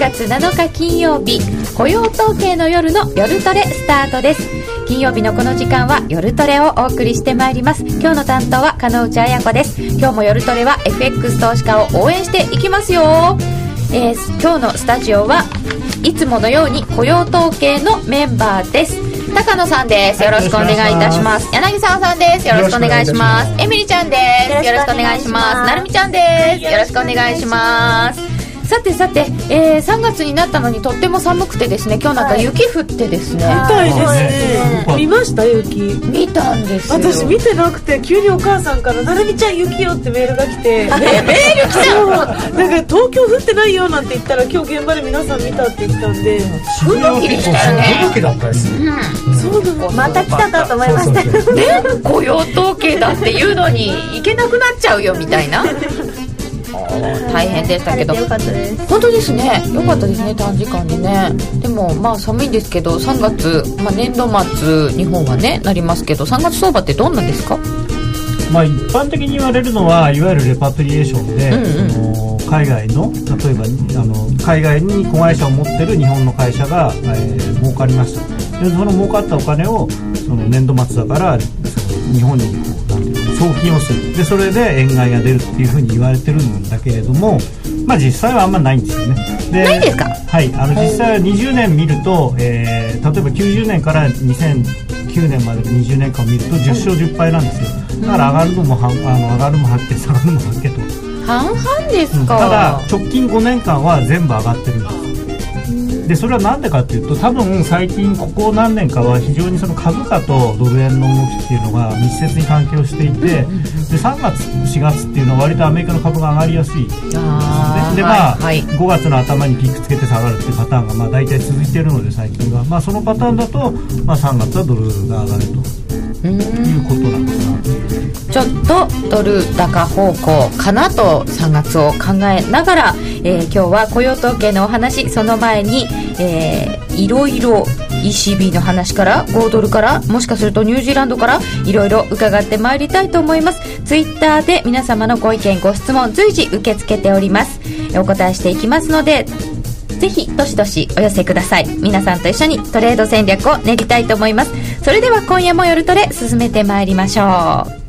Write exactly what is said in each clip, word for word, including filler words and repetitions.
がつなのか金曜日、雇用統計の夜の夜トレスタートです。金曜日のこの時間は夜トレをお送りしてまいります。今日の担当は加納内彩子です。今日も夜トレは エフエックス 投資家を応援していきますよ。えー、今日のスタジオはいつものように雇用統計のメンバーです。高野さんです。よろしくお願いいたします。柳沢さんです。よろしくお願いします。エミリちゃんです。よろしくお願いします。なるみちゃんです。よろしくお願いします。さてさて、えー、さんがつになったのにとっても寒くてですね、今日なんか雪降ってですね、 みたいですね。見ました雪？ 見たんですよ。 私見てなくて、急にお母さんからなるみちゃん雪よってメールが来て、 メール来たの？ なんか東京降ってないよなんて言ったら、今日現場で皆さん見たって言ったんで、 吹雪でしたよね。 吹雪だったです、うん、 そうなんです。 また来たかと思いましたね。雇用統計だっていうのに行けなくなっちゃうよみたいな大変でしたけど、 よかったです。 本当ですね、よかったですね、短時間でね。でもまあ寒いんですけど、さんがつ、まあ、年度末日本はねなりますけど、さんがつ相場ってどんなんですか？ まあ、一般的に言われるのは、いわゆるレパトリエーションで、うんうん、あの海外の例えばあの海外に子会社を持ってる日本の会社が、えー、儲かりました。でその儲かったお金をその年度末だからその日本にこうなんていうの送金をする。でそれで円買いが出るっていうふうに言われてるんだけれども、まあ、実際はあんまないんですよね。でないですか？はい、 あの実際はにじゅうねん見ると、えー、例えばきゅうじゅうねんからにせんきゅうねんまでのにじゅうねんかんを見るとじゅっしょうじゅっぱいなんですよ。だから上がるのもはあの上がるもはって下がるのもはっけと半々ですか、うん、 ただ直近ごねんかんは全部上がってるんです。でそれはなんでかっていうと、多分最近ここ何年かは非常にその株価とドル円の動きっていうのが密接に関係をしていて、でさんがつしがつっていうのは割とアメリカの株が上がりやすいで, でまあ、はいはい、ごがつの頭にピークつけて下がるっていうパターンがまあ大体続いているので、最近は、まあ、そのパターンだと、まあ、さんがつはドルが上がるということなんですな。 ちょっとドル高方向かなとさんがつを考えながら、えー、今日は雇用統計のお話、その前に、えー、いろいろ イーシービー の話からごドルから、もしかするとニュージーランドからいろいろ伺ってまいりたいと思います。ツイッターで皆様のご意見ご質問随時受け付けております。お答えしていきますので、ぜひどしどしお寄せください。皆さんと一緒にトレード戦略を練りたいと思います。それでは今夜も夜トレ進めてまいりましょう。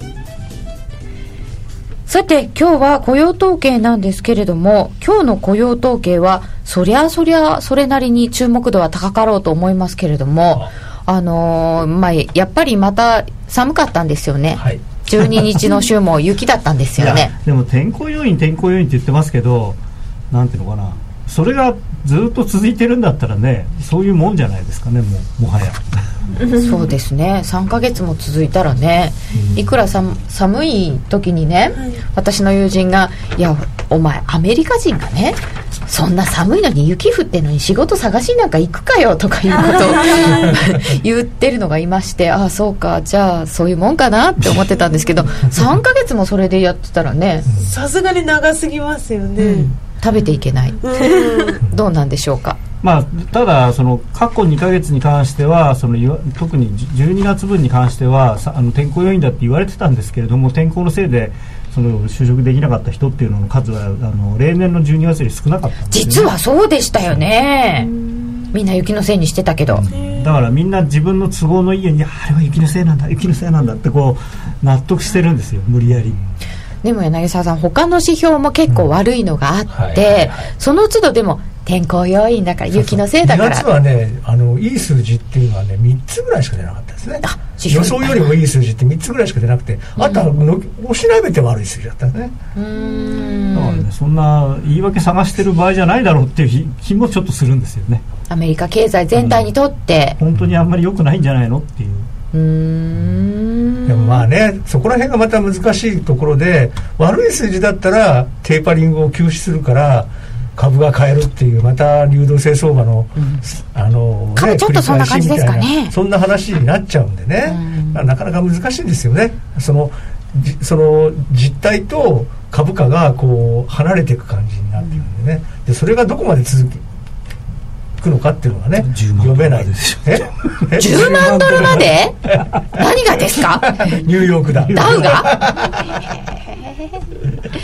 さて今日は雇用統計なんですけれども、今日の雇用統計はそりゃそりゃそれなりに注目度は高かろうと思いますけれども、あのーまあ、やっぱりまた寒かったんですよね、はい、じゅうににちの週も雪だったんですよね。 でも天候要因天候要因って言ってますけど、なんていうのかな、それがずっと続いてるんだったらね、そういうもんじゃないですかね、もうもはやそうですね、さんかげつも続いたらね、いくらさ寒い時にね、はい、私の友人が、いやお前アメリカ人がね、そんな寒いのに雪降ってのに仕事探しなんか行くかよとかいうことを言ってるのがいまして、ああそうか、じゃあそういうもんかなって思ってたんですけどさんかげつもそれでやってたらね、 さすがに長すぎますよね、うん、 食べていけないどうなんでしょうか。 まあ、ただその過去にかげつに関しては、その特にじゅうにがつぶんに関してはあの天候要因だって言われてたんですけれども、天候のせいでその就職できなかった人っていうのの数はあの例年のじゅうにがつより少なかったんですよね。 実はそうでしたよね。みんな雪のせいにしてたけど、 だからみんな自分の都合のいいように、あれは雪のせいなんだ雪のせいなんだってこう納得してるんですよ、無理やり。 でも柳沢さん、他の指標も結構悪いのがあって、うんはいはいはい、その都度でも天候要因だから雪のせいだから、 そうそう、にがつはね、あのいい数字っていうのはねみっつぐらいしか出なかったですね。予想よりもいい数字ってみっつぐらいしか出なくて、うん、あとはのおしなべて悪い数字だったんですね。 うーん、 だからね、そんな言い訳探してる場合じゃないだろうっていう気もちょっとするんですよね。 アメリカ経済全体にとって、 うん、本当にあんまり良くないんじゃないのっていう。 うーん、 でもまあね、そこら辺がまた難しいところで、悪い数字だったらテーパリングを休止するから株が買えるっていう、また流動性相場の、うん、あのね、ちょっとそんな感じですかね。 そんな話になっちゃうんでね、うん、なかなか難しいんですよね。そのその実態と株価がこう離れていく感じになっているんでね、でそれがどこまで続くのかっていうのがね、読めないですよ。 えじゅうまんドルまで何がですかニューヨークだ、 ダウが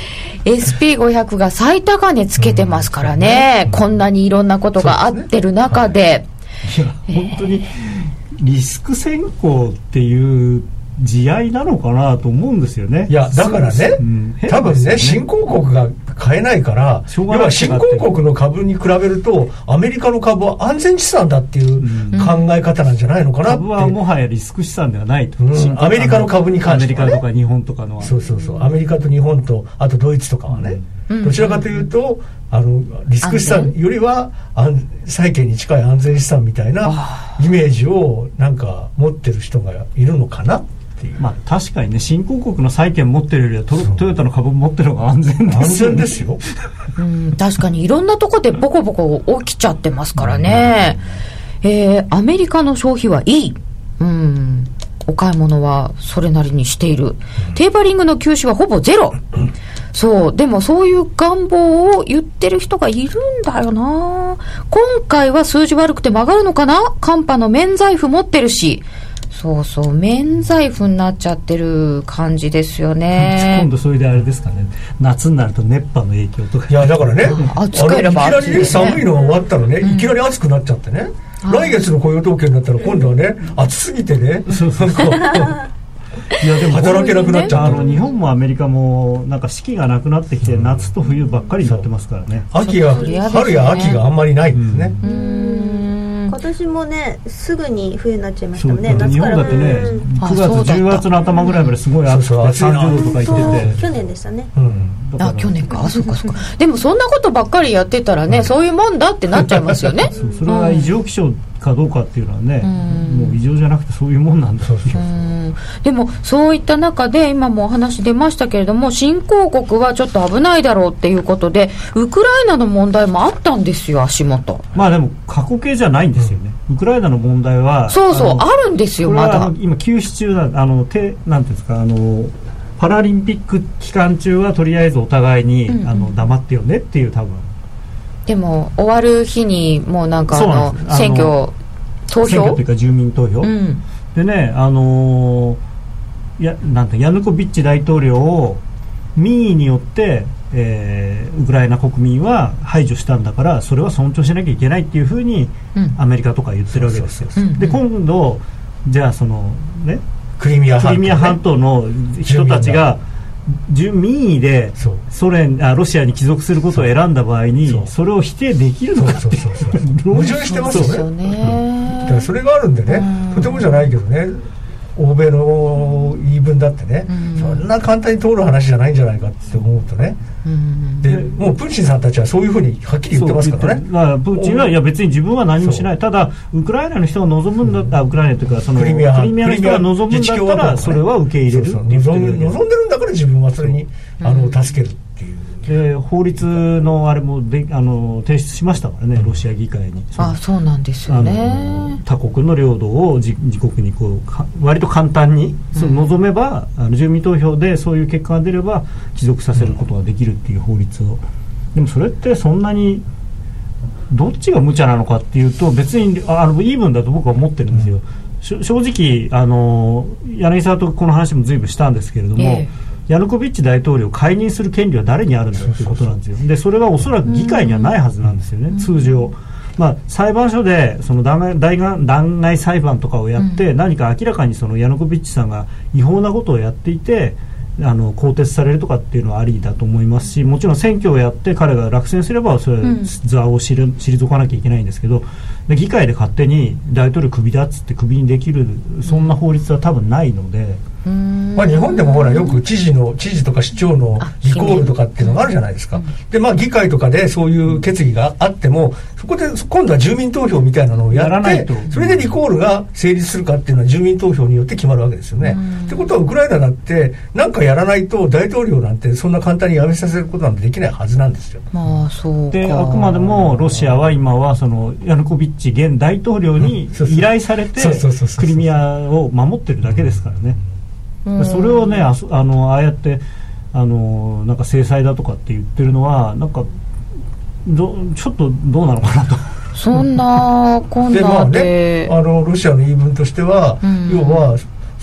エスピーごひゃく が最高値つけてますからね、うん、こんなにいろんなことがあってる中で、 いや本当にリスク先行っていう慈愛なのかなと思うんですよね。 いやだからね、うん、多分ね新興国が買えないから要は新興国の株に比べるとアメリカの株は安全資産だっていう考え方なんじゃないのかなって、 株はもはやリスク資産ではないと、 うん、アメリカの株に関しては、ね、 アメリカとか日本とかのそうそうそう、アメリカと日本とあとドイツとかはね、うん、どちらかというとあのリスク資産よりは債券に近い安全資産みたいなイメージをなんか持ってる人がいるのかな。 まあ、確かにね新興国の債券持ってるよりは ト, トヨタの株持ってる方が安全ですよ、ね、 安全ですようん確かにいろんなとこでボコボコ起きちゃってますからね、うんえー、アメリカの消費はいい、うん、お買い物はそれなりにしている、テーパリングの休止はほぼゼロ、そうでもそういう願望を言ってる人がいるんだよな。今回は数字悪くて曲がるのかな。カンパの免罪符持ってるし、そうそう免罪符になっちゃってる感じですよね。 今度それであれですかね、夏になると熱波の影響とか。 いやだからね暑ければ暑いですね。 いきなり、ね、寒いのが終わったらね、うん、いきなり暑くなっちゃってね、来月の雇用統計になったら今度はね、うん、暑すぎてねいやでも働けなくなっちゃう、 ね、あの日本もアメリカもなんか四季がなくなってきて、うん、夏と冬ばっかりになってますからね。 秋や、ね、春や秋があんまりないんですね、 うんうん、今年もねすぐに冬になっちゃいましたもんね。 日本だってね、うん、くがつじゅうがつの頭ぐらいまですごい暑くてさんじゅうどとか言ってて、 去年でしたね、 うん、 あ去年かあそうかそうかでもそんなことばっかりやってたらね、うん、そういうもんだってなっちゃいますよねそうそれは異常気象かどうかっていうのはね、うん、もう異常じゃなくてそういうもんなんだよ。 うんでもそういった中で今もお話出ましたけれども、新興国はちょっと危ないだろうっていうことでウクライナの問題もあったんですよ足元。 まあでも過去形じゃないんですよね、うん、ウクライナの問題はそうそう あ, あるんですよまだ。 今休止中なあのてなんていうんですかあのパラリンピック期間中はとりあえずお互いに、うんうん、あの黙ってよねっていう多分。 でも終わる日にもうなんかあの選挙投票選挙というか住民投票、うん、でねあのー、やなんてヤヌコビッチ大統領を民意によって、えー、ウクライナ国民は排除したんだからそれは尊重しなきゃいけないっていうふうに、うん、アメリカとか言ってるわけですよ。で今度じゃあそのねクリミア半島、ね、 クリミア半島の人たちが民意でソ連あロシアに帰属することを選んだ場合に そ, それを否定できるのかって矛盾してますよね。だからそれがあるんでね、とてもじゃないけどね欧米の言い分だってね、うん、そんな簡単に通る話じゃないんじゃないかって思うとね、うん、でもうプーチンさんたちはそういうふうにはっきり言ってますからね。 まあ、プーチンはいや別に自分は何もしない、ただウクライナの人が望むんだったら、うん、ウクライナというかそのクリミア、クリミアの人が望むんだったらそれは受け入れる。 そうそう望んでるんだから自分はそれにあの助けるっていう。 で法律のあれもであの提出しましたからね、ロシア議会に。 あそうなんですよね。 他国の領土を 自, 自国にこう割と簡単に、うん、その望めばあの住民投票でそういう結果が出れば帰属させることができるっていう法律を。でもそれってそんなにどっちが無茶なのかっていうと別にあのイーブンだと僕は思ってるんですよ、うん、正直あの柳沢とこの話も随分したんですけれども、えーヤヌコビッチ大統領を解任する権利は誰にあるんだということなんですよ。でそれはおそらく議会にはないはずなんですよね、うん、通常、まあ、裁判所でその弾劾弾劾裁判とかをやって、うん、何か明らかにそのヤヌコビッチさんが違法なことをやっていてあの更迭されるとかっていうのはありだと思いますし、もちろん選挙をやって彼が落選すればそれは座を退かなきゃいけないんですけど、で議会で勝手に大統領クビだっつってクビにできるそんな法律は多分ないので、 うーん、まあ、日本でもほらよく知事の知事とか市長のリコールとかっていうのがあるじゃないですか。で、まあ、議会とかでそういう決議があってもそこで今度は住民投票みたいなのをやってやらないと、それでリコールが成立するかっていうのは住民投票によって決まるわけですよね。ってことはウクライナだってなんかやらないと大統領なんてそんな簡単に辞めさせることなんてできないはずなんですよ。 まあ、そうか。 であくまでもロシアは今はそのヤヌコビッチ現大統領に依頼されてクリミアを守ってるだけですからね。それをね あ, あのああやってあのなんか制裁だとかって言ってるのはなんかどちょっとどうなのかなと。 そんなこんなで、 で、まあね、あのロシアの言い分としては、うん、要は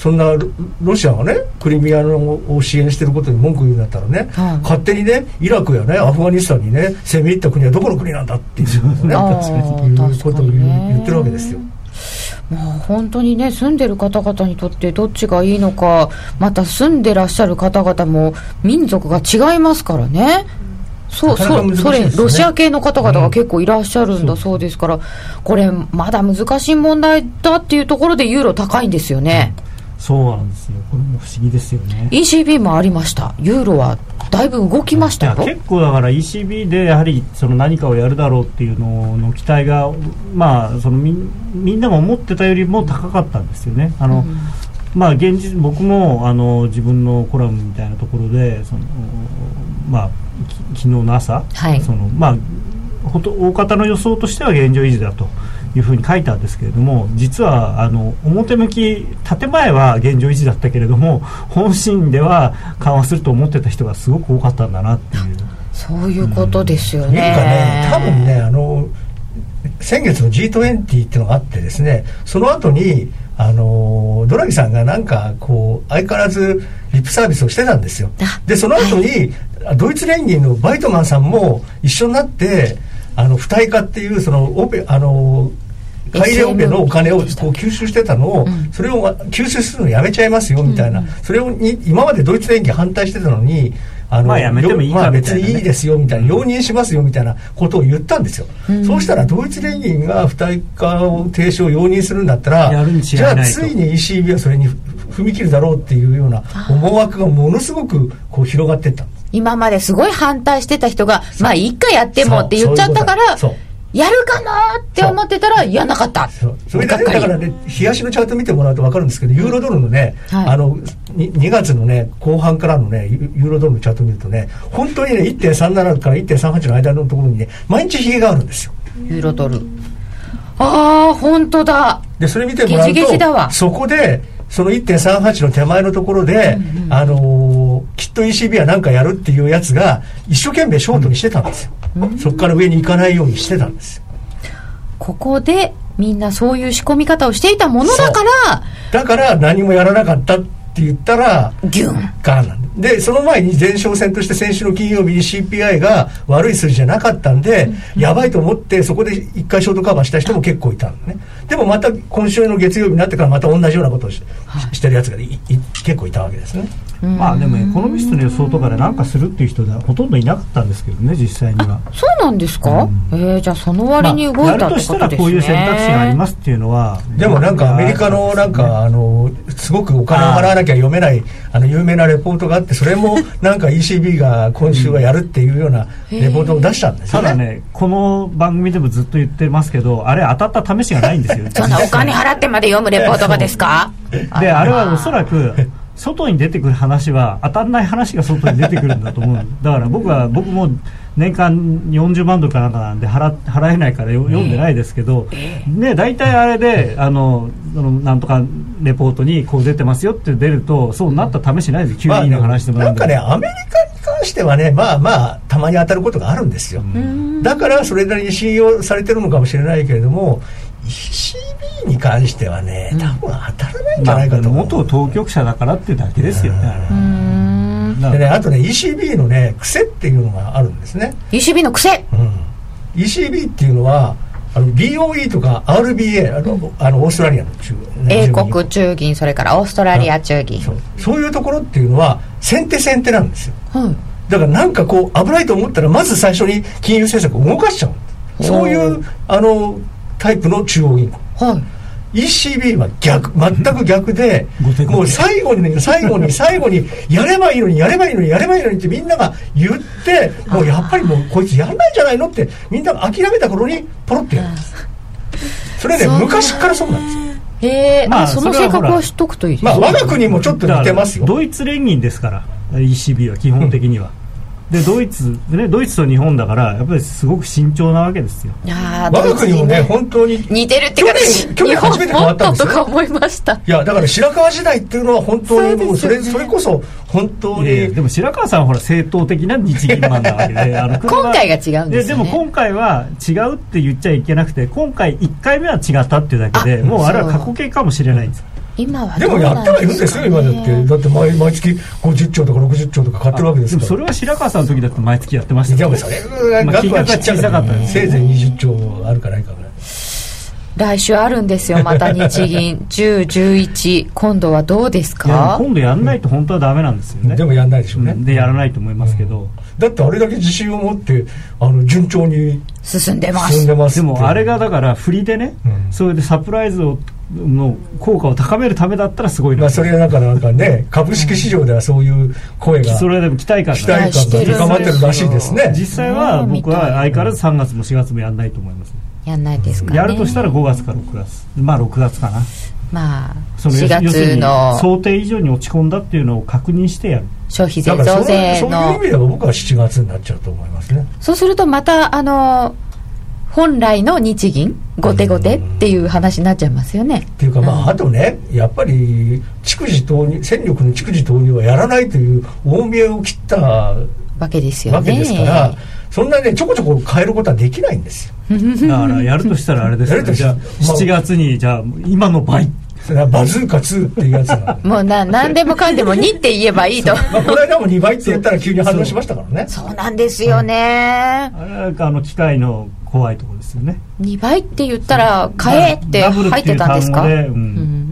そんなロシアがねクリミアを支援してることに文句言うんだったらね、はい、勝手にねイラクやねアフガニスタンにね攻め入った国はどこの国なんだっていう、ね、いうことを言ってるわけですよ。 まあ、本当にね住んでる方々にとってどっちがいいのか、また住んでらっしゃる方々も民族が違いますからね。そうそうそれロシア系の方々が結構いらっしゃるんだそうですから、うん、これまだ難しい問題だっていうところでユーロ高いんですよね、 うん、そうなんですよ。これも不思議ですよね。 イーシービー もありました。ユーロはだいぶ動きましたよ。 結構だから イーシービー でやはりその何かをやるだろうっていうのの期待が、まあ、その み, みんなが思ってたよりも高かったんですよね。あの、うんまあ、現実僕もあの自分のコラムみたいなところでその、まあ、昨日の朝、はいそのまあ、ほと大方の予想としては現状維持だというふうに書いたんですけれども、実はあの表向き建前は現状維持だったけれども本心では緩和すると思ってた人がすごく多かったんだなっていう、 そういうことですよね。 うん、いうかね多分ねあの先月の ジートゥエンティー っていうのがあってですね、その後にあのドラギさんがなんかこう相変わらずリップサービスをしてたんですよ。でその後に、はい、ドイツ連銀のバイトマンさんも一緒になってあの不対化っていうそのオペあの海外オペのお金をこう吸収してたのを、うん、それを吸収するのやめちゃいますよみたいな、うん、それをに今までドイツ連銀反対してたのにあのまあやめてもいいかみたいな、ね、まあ、別にいいですよみたいな、容認しますよみたいなことを言ったんですよ、うん、そうしたらドイツ連銀が不対化を停止を容認するんだったらやるに違いないと、 じゃあついに イーシービー はそれに踏み切るだろうっていうような思惑がものすごくこう広がっていった。 今まですごい反対してた人がまあ一回やってもって言っちゃったからやるかなって思ってたらやらなかった。 そうそれだけだからね、冷やしのチャート見てもらうと分かるんですけど、ユーロドルのね、はい、あの に, にがつのね後半からのねユーロドルのチャート見るとね、本当にね いってんさんなな から いってんさんはち の間のところにね毎日冷えがあるんですよ、 ユーロドル。ああ本当だ。 でそれ見てもらうとゲジゲジだわ。 そこでその いってんさんはち の手前のところで、うんうん、あのー、きっと イーシービー は何かやるっていうやつが一生懸命ショートにしてたんですよ、うん、そこから上に行かないようにしてたんですよ。 ここでみんなそういう仕込み方をしていたものだからだから何もやらなかったって言ったらギュンガーなんで、その前に前哨戦として先週の金曜日に シーピーアイ が悪い数字じゃなかったんで、うん、やばいと思ってそこで一回ショートカバーした人も結構いたのね。でもまた今週の月曜日になってからまた同じようなことを し,、はい、してるやつがいい結構いたわけですね。 まあでもエコノミストの予想とかで何かするっていう人はほとんどいなかったんですけどね、実際には。 そうなんですか、うん、えー、じゃあその割に動いたってことですね、まあ、やるとしたらこういう選択肢がありますっていうのは。 でもなんかアメリカのなんかあのすごくお金を払わなきゃ読めないあの有名なレポートがあって、それもなんか イーシービー が今週はやるっていうようなレポートを出したんですよね。 ただね、この番組でもずっと言ってますけど、あれ当たった試しがないんですよそんなお金払ってまで読むレポートがですかで、あれはおそらく外に出てくる話は当たらない話が外に出てくるんだと思う。だから僕は僕も年間よんじゅうまんドルかなんかなんで 払, 払えないから読んでないですけど、ね、大体あれであのなんとかレポートにこう出てますよって出るとそうなった試しないです。キュウリの話でもなんかね、アメリカに関してはね、まあまあたまに当たることがあるんですよ、うん、だからそれなりに信用されてるのかもしれないけれども、 イーシービー に関してはね多分当たらないんじゃないかと思う、 まあ、元当局者だからっていうだけですよね。うんでね、あとね イーシービー のね癖っていうのがあるんですね。 イーシービー の癖、うん、 イーシービー っていうのはあの ビーオーイー とか アールビーエー あの、うん、あのオーストラリアの中、 ね、英国中銀、それからオーストラリア中銀、 そう、そういうところっていうのは先手先手なんですよ、うん、だからなんかこう危ないと思ったらまず最初に金融政策を動かしちゃう、そういうあのタイプの中央銀行、はい、イーシービー は逆、全く逆でもう最後にね最後に最後にやればいいのにやればいいのにやればいいのにってみんなが言って、もうやっぱりもうこいつやらないんじゃないのってみんなが諦めた頃にポロってやるんです。それね昔からそうなんですよ。 へえ、まあ、その性格は知っとくといいですね。 まあ我が国もちょっと似てますよ。 ドイツ連銀ですから イーシービー は基本的には、うんでドイツね、ドイツと日本だからやっぱりすごく慎重なわけですよ。 いや我が国もね本当に似てるってから去年初めて変わったんですよ。 日本もっととか思いました。 いやだから白川時代っていうのは本当にもうそれ、それこそ本当に。 いやいやでも白川さんはほら正統的な日銀マンなわけであの今回が違うんですよね。 で, でも今回は違うって言っちゃいけなくて、今回いっかいめは違ったっていうだけでもうあれは過去形かもしれないんです。 今はでもやってはいるんですよ今だって。だって 毎, 毎月ごじゅっちょうとかろくじゅっちょうとか買ってるわけですから。 でもそれは白川さんの時だって毎月やってましたけど、 でもそれが額はちっちゃかった、ね、せいぜいにじゅっちょうあるかないかぐらい。 来週あるんですよまた日銀じゅう、じゅういち今度はどうですか。 いや今度やんないと本当はダメなんですよね。 でもやんないでしょうね、 うん、でやらないと思いますけど、うん、 だってあれだけ自信を持ってあの順調に進んでます。 進んでます。 でもあれがだから振りでね、うん、それでサプライズをの効果を高めるためだったらすごいな、 まあ、それはなんかなんかね株式市場ではそういう声が、 それはでも期待感が期待感が高まってるらしいですね。 実際は僕は相変わらずさんがつもしがつもやんないと思います、ね、 やんないですかね。 やるとしたらごがつかろくがつ、まあろくがつかな。 まあそのしがつの想定以上に落ち込んだっていうのを確認してやる。 消費税増税のそういう意味では僕はしちがつになっちゃうと思いますね。 そうするとまたあの本来の日銀後手後手っていう話になっちゃいますよね。 っていうかまあ、うん、あとねやっぱり蓄次投入戦力の蓄次投入はやらないという大見えを切ったわけですよね。 わけですからそんなねちょこちょこ変えることはできないんですよ。 だからやるとしたらあれですよね。じゃあしちがつにじゃあ今の倍それはバズーカツーっていうやつなんでもうな何でもかんでもにって言えばいいとまあこの間もにばいって言ったら急に反応しましたからね。 そうなんですよね、 うん、あれはあの機械の怖いところですよね。 にばいって言ったら買えって入ってたんですか。 ダブルっていう単語で、うんうん、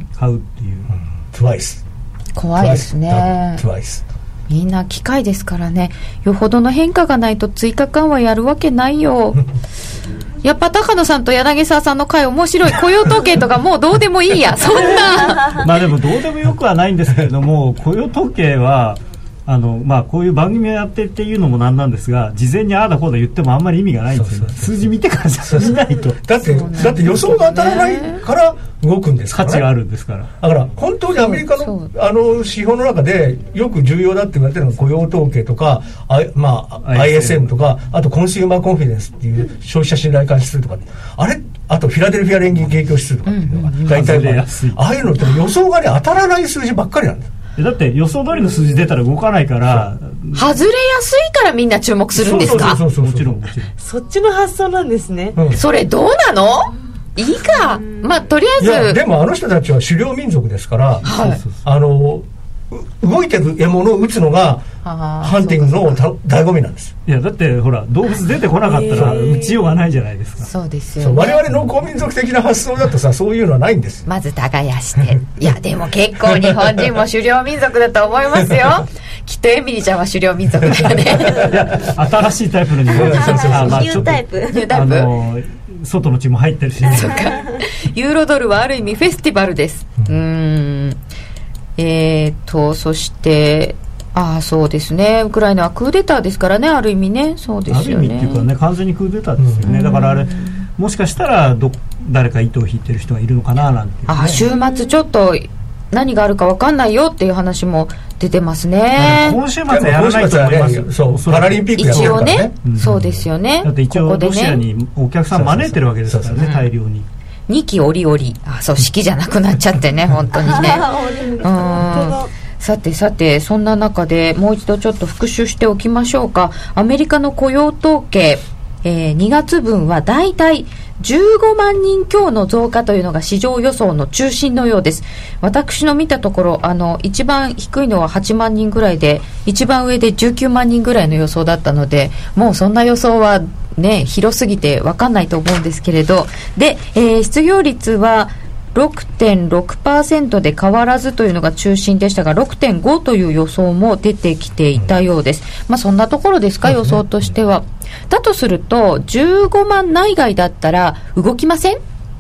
買うっていう、うん、 トゥワイス怖いですね。 トゥワイスみんな機械ですからね。よほどの変化がないと追加緩和やるわけないよやっぱ高野さんと柳沢さんの回面白い。雇用統計とかもうどうでもいいやそんなまあでもどうでもよくはないんですけれども雇用統計はあの、まあ、こういう番組をやってっていうのもなんなんですが事前にああだこうだ言ってもあんまり意味がないんですよね。数字見てからじゃ見ないとだって、だって予想が当たらないから動くんですから、ね、 価値があるんですから。だから本当にアメリカのあの指標の中でよく重要だって言われてるのが雇用統計とか、I、まあ、アイエスエム とかあとコンシューマーコンフィデンスっていう消費者信頼感指数とかあれあとフィラデルフィア連銀景況指数とかっていうのが大体、まあ、ああいうのって予想がね当たらない数字ばっかりなんです。 だって予想通りの数字出たら動かないから外れやすいからみんな注目するんですか。 そうそうそうそうもちろんもちろんそっちの発想なんですね、 うん、それどうなのいいか、まあとりあえずいやでもあの人たちは狩猟民族ですから、はい、あの動いてる獲物を撃つのがハンティングの醍醐味なんです。 いやだってほら動物出てこなかったら撃ちようがないじゃないですか。 そうですよね。 我々農耕民族的な発想だとさそういうのはないんです。 まず耕していやでも結構日本人も狩猟民族だと思いますよきっとエミリちゃんは狩猟民族だよねいや新しいタイプの日本人まあ、ニュータイプニュータイプ、あのー、 外の血も入ってるし、ね、 そうかユーロドルはある意味フェスティバルです。うーんえーとそしてああそうですねウクライナはクーデターですからねある意味ね。そうですよね。 ある意味っていうかね完全にクーデターですよね、うん、だからあれもしかしたらど誰か糸を引いてる人がいるのかななんていう、ね、 あ週末ちょっと何があるか分かんないよっていう話も出てますね。 今週末はやらないと思いますよ、ね、 そうパラリンピックやってるからね一応ね、うん、そうですよね。 だって一応ロシアにお客さん招いてるわけですからね大量ににき折々あそう式じゃなくなっちゃってね本当にねうんさてさてそんな中でもう一度ちょっと復習しておきましょうか。アメリカの雇用統計、えー、にがつ分はだいたいじゅうごまんにん強の増加というのが市場予想の中心のようです。私の見たところあの一番低いのははちまんにんぐらいで一番上でじゅうきゅうまんにんぐらいの予想だったのでもうそんな予想はね広すぎて分かんないと思うんですけれどで、えー、失業率はろくてんろくパーセント で変わらずというのが中心でしたが ろくてんご という予想も出てきていたようです。まあそんなところですか予想としては。だとするとじゅうごまん内外だったら動きません？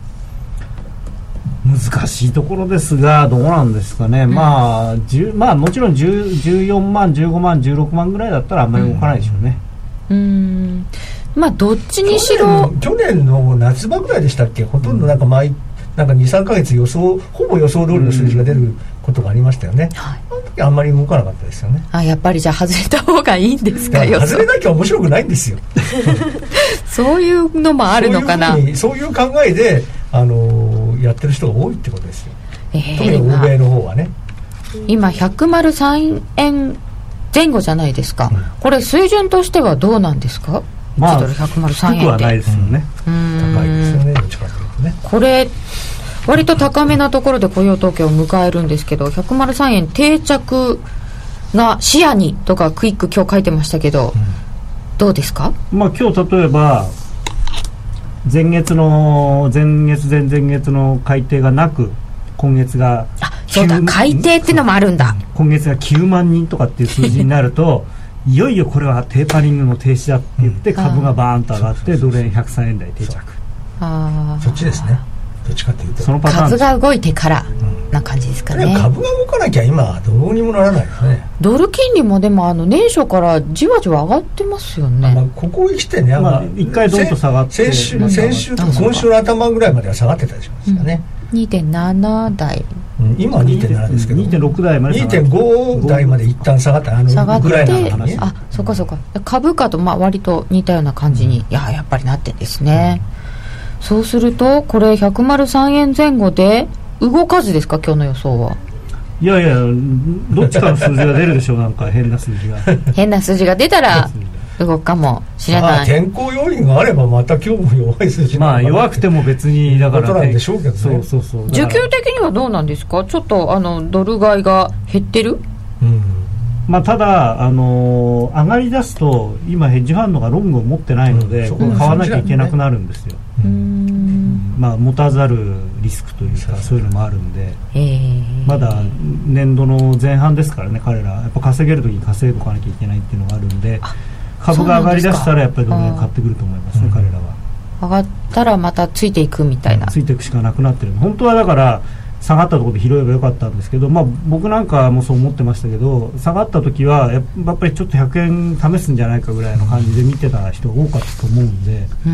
難しいところですがどうなんですかね、うん、まあ、まあもちろんじゅう、じゅうよんまんじゅうごまんじゅうろくまんぐらいだったらあんまり動かないでしょうね。 うーんまあどっちにしろ去年、去年の夏場ぐらいでしたっけほとんどなんか毎なんか にさんかげつ予想ほぼ予想通りの数字が出ることがありましたよね、うんはい、あの時あんまり動かなかったですよね。 あやっぱりじゃあ外れた方がいいんですか。 外れなきゃ面白くないんですよそういうのもあるのかな。 そういう、そういう考えで、あのー、やってる人が多いってことですよ、えー、特に欧米の方はね。 今ひゃくさんえん前後じゃないですか、うん、これ水準としてはどうなんですか。 まあ、 いちドルひゃくさんえんで低くはないですよね、 うん、 高いですよねどっちかというとね。 これ割と高めなところで雇用統計を迎えるんですけど、ひゃくさんえん定着が視野にとかクイック今日書いてましたけど、うん、どうですか？ まあ、今日例えば前月の前月前々月の改定がなく今月があそうだ改定ってのもあるんだ。 今月がきゅうまんにんとかっていう数字になるといよいよこれはテーパリングの停止だって言って株がバーンと上がってドル円ひゃくさんえん台定着。 あそっちですね。どっちかというとそのパターン株が動いてからな感じですかね、うん、 株が動かなきゃ今どうにもならないですね。 ドル金利もでもあの年初からじわじわ上がってますよね。 まあ、ここへ来てね、 まあ、いっかいドンと下がって先週、先週と今週の頭ぐらいまでは下がってたりしますかね、 うん、にてんなな 台、 うん、今は にてんなな ですけどにてんろく 台までにてんご 台まで一旦下がったあの下がってウクライナの話、 あそっかそっか株価とまあ割と似たような感じに、うん、いややっぱりなってんですね、うん、そうするとこれひゃくさんえん前後で動かずですか今日の予想は。 いやいやどっちかの数字が出るでしょうなんか変な数字が変な数字が出たら動くかもしれない、 まあ、天候要因があればまた今日も弱い数字まあ弱くても別にだからことなんでしょうけどね。 そうそうそう需給的にはどうなんですか？ちょっとあのドル買いが減ってる、 うんまあ、ただ、あのー、上がり出すと今ヘッジファンドがロングを持ってないので、うん、買わなきゃいけなくなるんですよ、うん、まあ、持たざるリスクというかそういうのもあるんで、えー、まだ年度の前半ですからね彼らやっぱ稼げるときに稼いでおかなきゃいけないっていうのがあるんで株が上がり出したらやっぱりドル円買ってくると思いますね、うん、彼らは上がったらまたついていくみたいな、 ついていくしかなくなってる。本当はだから下がったところで拾えばよかったんですけど、まあ、僕なんかもそう思ってましたけど下がった時はやっぱりちょっとひゃくえん試すんじゃないかぐらいの感じで見てた人が多かったと思うんで、うー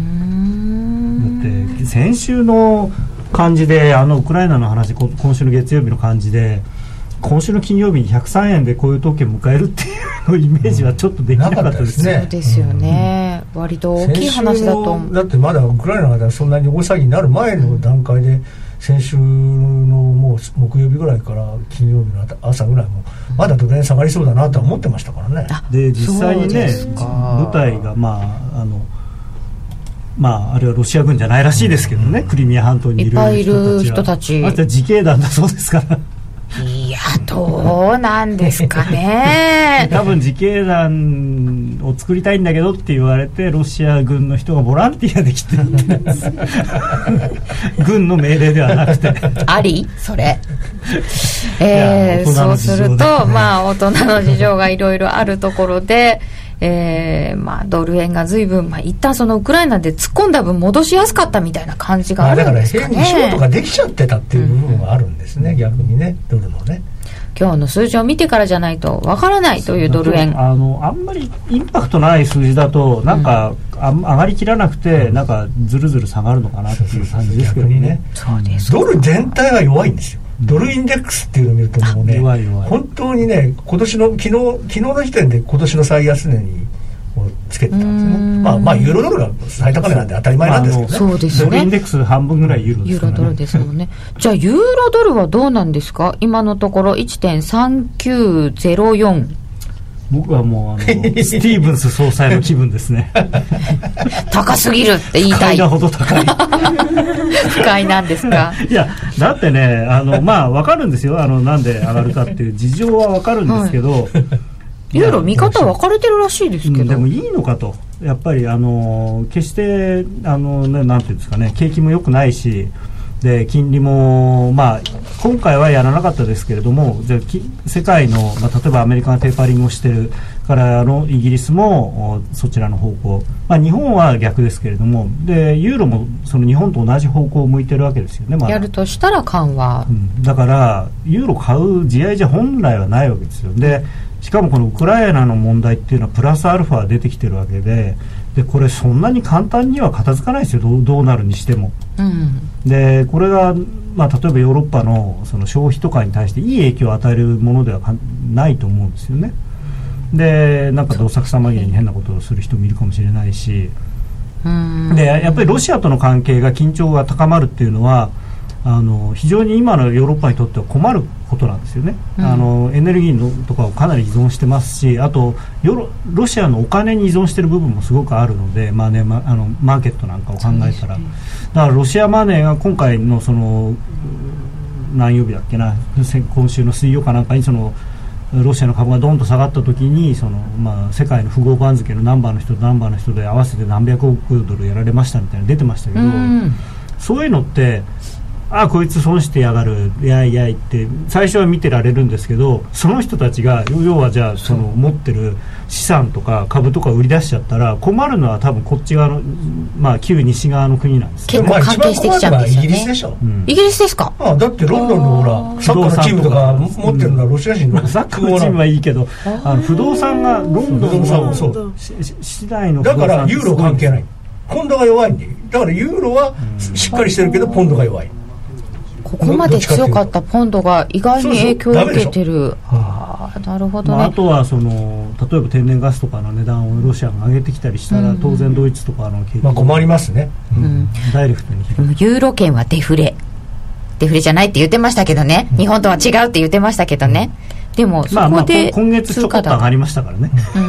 んだって先週の感じであのウクライナの話今週の月曜日の感じで今週の金曜日にひゃくさんえんでこういう統計を迎えるっていうのイメージはちょっとできなかったですね、 うん、そうですよね、うん、割と大きい話だと思う。 だってまだウクライナがそんなに大騒ぎになる前の段階で先週のもう木曜日ぐらいから金曜日の朝ぐらいもまだドル円下がりそうだなとは思ってましたからね。 で実際にね部隊がまああのまああれはロシア軍じゃないらしいですけどね、うん、クリミア半島にいる人たちはあとは自警団だそうですからいやどうなんですかね多分自警団を作りたいんだけどって言われてロシア軍の人がボランティアで来てるんです軍の命令ではなくてありそれ、えー、そうするとまあ大人の事情がいろいろあるところでえーまあ、ドル円が随分、まあ、一旦そのウクライナで突っ込んだ分戻しやすかったみたいな感じがあるんですかね。 だから変にショートができちゃってたっていう部分があるんですね、うん、逆にねドルのね今日の数字を見てからじゃないとわからないというドル円あのあんまりインパクトない数字だとなんか、うん、あ上がりきらなくてなんかずるずる下がるのかなっていう感じですけどね。 そうですドル全体は弱いんですよ。ドルインデックスっていうのを見るともうね弱い弱い本当にね今年の昨日昨日の時点で今年の最安値につけてたんですね。まあまあユーロドルが最高値なんで当たり前なんですけどね。 そうですね。 ドルインデックス半分ぐらいユーロですからね。 ユーロドルですもんね。じゃあユーロドルはどうなんですか。今のところ いってんさんきゅうゼロよん。 僕はもうあのスティーブンス総裁の気分ですね高すぎるって言いたい。 不快なほど高い不快なんですか。 いやだってねあのまあ分かるんですよあのなんで上がるかっていう事情は分かるんですけど、はいユーロ見方分かれてるらしいですけど、うん、 でもいいのかとやっぱりあの決してあの、ね、なんていうんですかね景気も良くないしで金利も、まあ、今回はやらなかったですけれどもじゃ世界の、まあ、例えばアメリカがテーパリングをしているからのイギリスもそちらの方向、まあ、日本は逆ですけれどもでユーロもその日本と同じ方向を向いてるわけですよね、まだやるとしたら緩和、 うん、だからユーロ買う地合いじゃ本来はないわけですよ。でしかもこのウクライナの問題っていうのはプラスアルファ出てきてるわけで、でこれそんなに簡単には片付かないですよ どう、どうなるにしても、うん、でこれが、まあ、例えばヨーロッパ の, その消費とかに対していい影響を与えるものではないと思うんですよね。でなんかどさくさ紛れに変なことをする人もいるかもしれないし、うんでやっぱりロシアとの関係が緊張が高まるっていうのはあの非常に今のヨーロッパにとっては困ることなんですよね、うん、あのエネルギーのとかをかなり依存してますし、あとヨロロシアのお金に依存している部分もすごくあるので、まあねま、あのマーケットなんかを考えたら、だからロシアマネーが今回のその何曜日だっけな、今週の水曜かなんかにそのロシアの株がドンと下がった時にその、まあ、世界の富豪番付のナンバーの人とナンバーの人で合わせて何百億ドルやられましたみたいな出てましたけど、うん、そういうのってああこいつ損してやがるいやいやいって最初は見てられるんですけど、その人たちが要はじゃあその持ってる資産とか株とか売り出しちゃったら困るのは多分こっち側の、まあ、旧西側の国なんですけど、結構関係してきちゃうんですよね。イギリスでしょ、うん、イギリスですか。 ああだってロンドンのほらサッカーのチームとか持ってるのはロシア人の、 うん、サッカーのチームはいいけどあの不動産がロンドンの市内の不動産だからユーロ関係ない、ポンドが弱いんで、だからユーロはしっかりしてるけどポンドが弱い。 ここまで強かったポンドが意外に影響を受けてる。ああ、なるほどね。 まあ、あとはその例えば天然ガスとかの値段をロシアが上げてきたりしたら、うん、当然ドイツとかの景気、 まあ、困りますね、 うんうん、ダイレクトにユーロ圏はデフレデフレじゃないって言ってましたけどね、うん、日本とは違うって言ってましたけどね、うん、でもそこで、まあ、まあ今月ちょこっと上がりましたからね、 うん、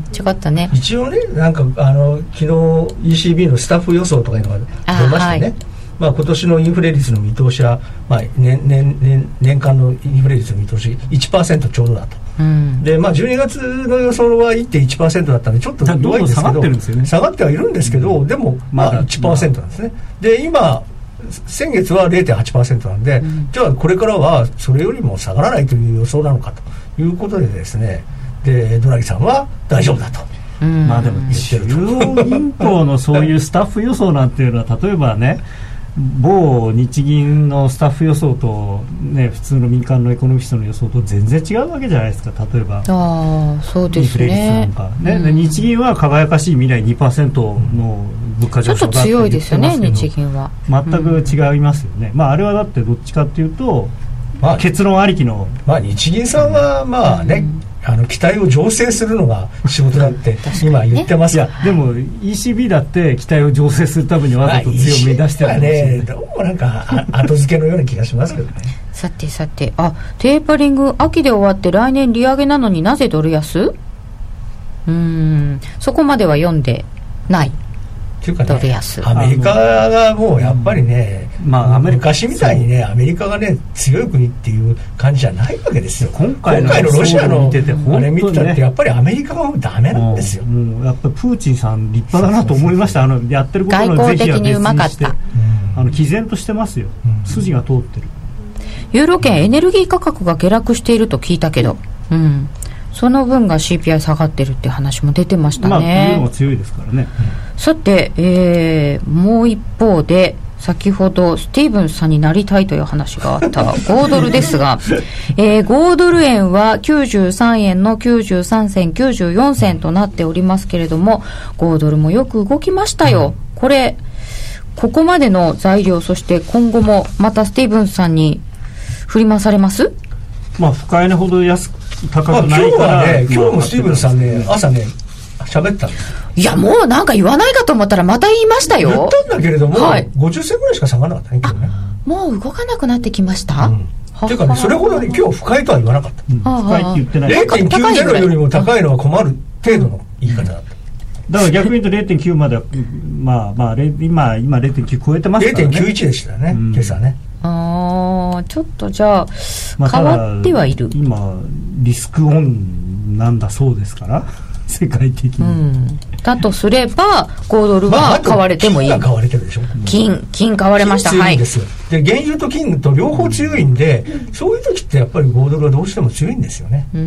ちょこっとね一応ね、なんかあの昨日 イーシービー のスタッフ予想とかいうのが出ましてね、はい、まあ、今年のインフレ率の見通しは、まあ、年, 年, 年, 年間のインフレ率の見通し いちパーセント ちょうどだと、うん、でまあ、じゅうにがつの予想は いってんいちパーセント だったんでちょっと弱いんですけど、 下がってるんですよね。 下がってはいるんですけど、うん、でも、まあ、いちパーセント なんですね。で今先月は れいてんはちパーセント なんで、うん、じゃあこれからはそれよりも下がらないという予想なのかということでですね、でドラギさんは大丈夫だと、 うん、まあでも中央銀行のそういうスタッフ予想なんていうのは例えばね某日銀のスタッフ予想と、ね、普通の民間のエコノミストの予想と全然違うわけじゃないですか。例えばあそうです、ね、インフレ率なんか、ね、うん、日銀は輝かしい未来 にパーセント の物価上昇だって言ってますけど、ちょっと強いですよね日銀は。 全く違いますよね、うん、まあ、あれはだってどっちかっていうと、まあ、結論ありきの、 まあ、日銀さんはまあね、うん、あの期待を醸成するのが仕事だって今言ってますが、 いやでも イーシービー だって期待を醸成するためにわざと強め出してるんですよね。 どうもなんか後付けのような気がしますけどね。 さてさて、あ、テーパリング秋で終わって来年利上げなのになぜドル安？うーん、そこまでは読んでない。 っていうかね、 ドル安。 アメリカがもうやっぱりね、まあ、昔みたいにねアメリカがね強い国っていう感じじゃないわけですよ。今回 の, 今回のロシアのあれ見てたってやっぱりアメリカがもうダメなんですよ。 もうやっぱりプーチンさん立派だなと思いました。あのやってることの是非は別にして、あの毅然としてますよ、うん、筋が通ってる。 ユーロ圏エネルギー価格が下落していると聞いたけど、うん、その分が シーピーアイ 下がってるっていう話も出てましたね。まあ、 ユーロが強いですからね、 うん、さて、えー、もう一方で先ほどスティーブンスさんになりたいという話があったごドルですが、えー、ごドル円はきゅうじゅうさんえんのきゅうじゅうさんせんきゅうじゅうよんせんとなっておりますけれども、ごドルもよく動きましたよ、うん、これここまでの材料、そして今後もまたスティーブンスさんに振り回されます？ まあ深いねほど安く高くないから、 まあ、今日はね、今日もスティーブンスさんね朝ね喋ったんですよ。 いやもうなんか言わないかと思ったらまた言いましたよ。 言ったんだけれども、はい、ごじゅっせんぐらいしか下がらなかったね今日ね。 もう動かなくなってきました、うん、 っていうかね、それほどね今日深いとは言わなかった、 うん、深いって言ってない。 れいてんきゅうゼロ よりも高いのは困る程度の言い方だった。 だから逆に言うと れいてんきゅう まではまあまあ今今 れいてんきゅう 超えてますからね。 れいてんきゅういち でしたね、うん、今朝ね。 あちょっとじゃあ、まあ、変わってはいる。 今リスクオンなんだそうですから世界的に、うん、 だとすればごドルは買われてもいい、 まあ、金が買われてるでしょ。 金金買われました。 強いんですよ、はい、で原油と金と両方強いんで、うん、そういう時ってやっぱりごドルはどうしても強いんですよね。 うん、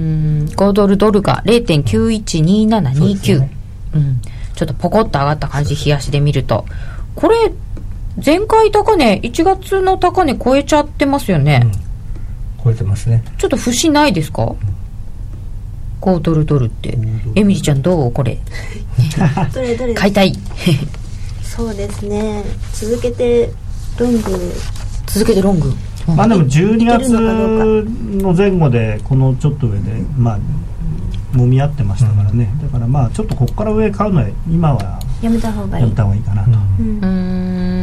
ごドルドルが れいてんきゅういちにーななにきゅう、ね、うん、ちょっとポコッと上がった感じ、冷やしで見るとこれ前回高値いちがつの高値超えちゃってますよね、 うん、超えてますね。 ちょっと節ないですか、うん、ごドルドルってエミリちゃんどうこれどれどれ買いたいそうですね、続けてロング続けてロング、 うん、まあでもじゅうにがつの前後でこのちょっと上でまあ揉み合ってましたからね、うん、だからまあちょっとここから上買うのは今はやめた方がいいやめた方がいいかなと、 うん、うーん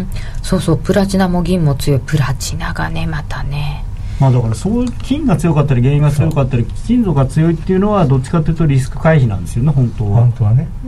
そうそう、プラチナも銀も強い。プラチナがねまたね、 まあ、だからそう金が強かったり原因が強かったり金属が強いっていうのはどっちかというとリスク回避なんですよね本当は。 本当はね、 うん、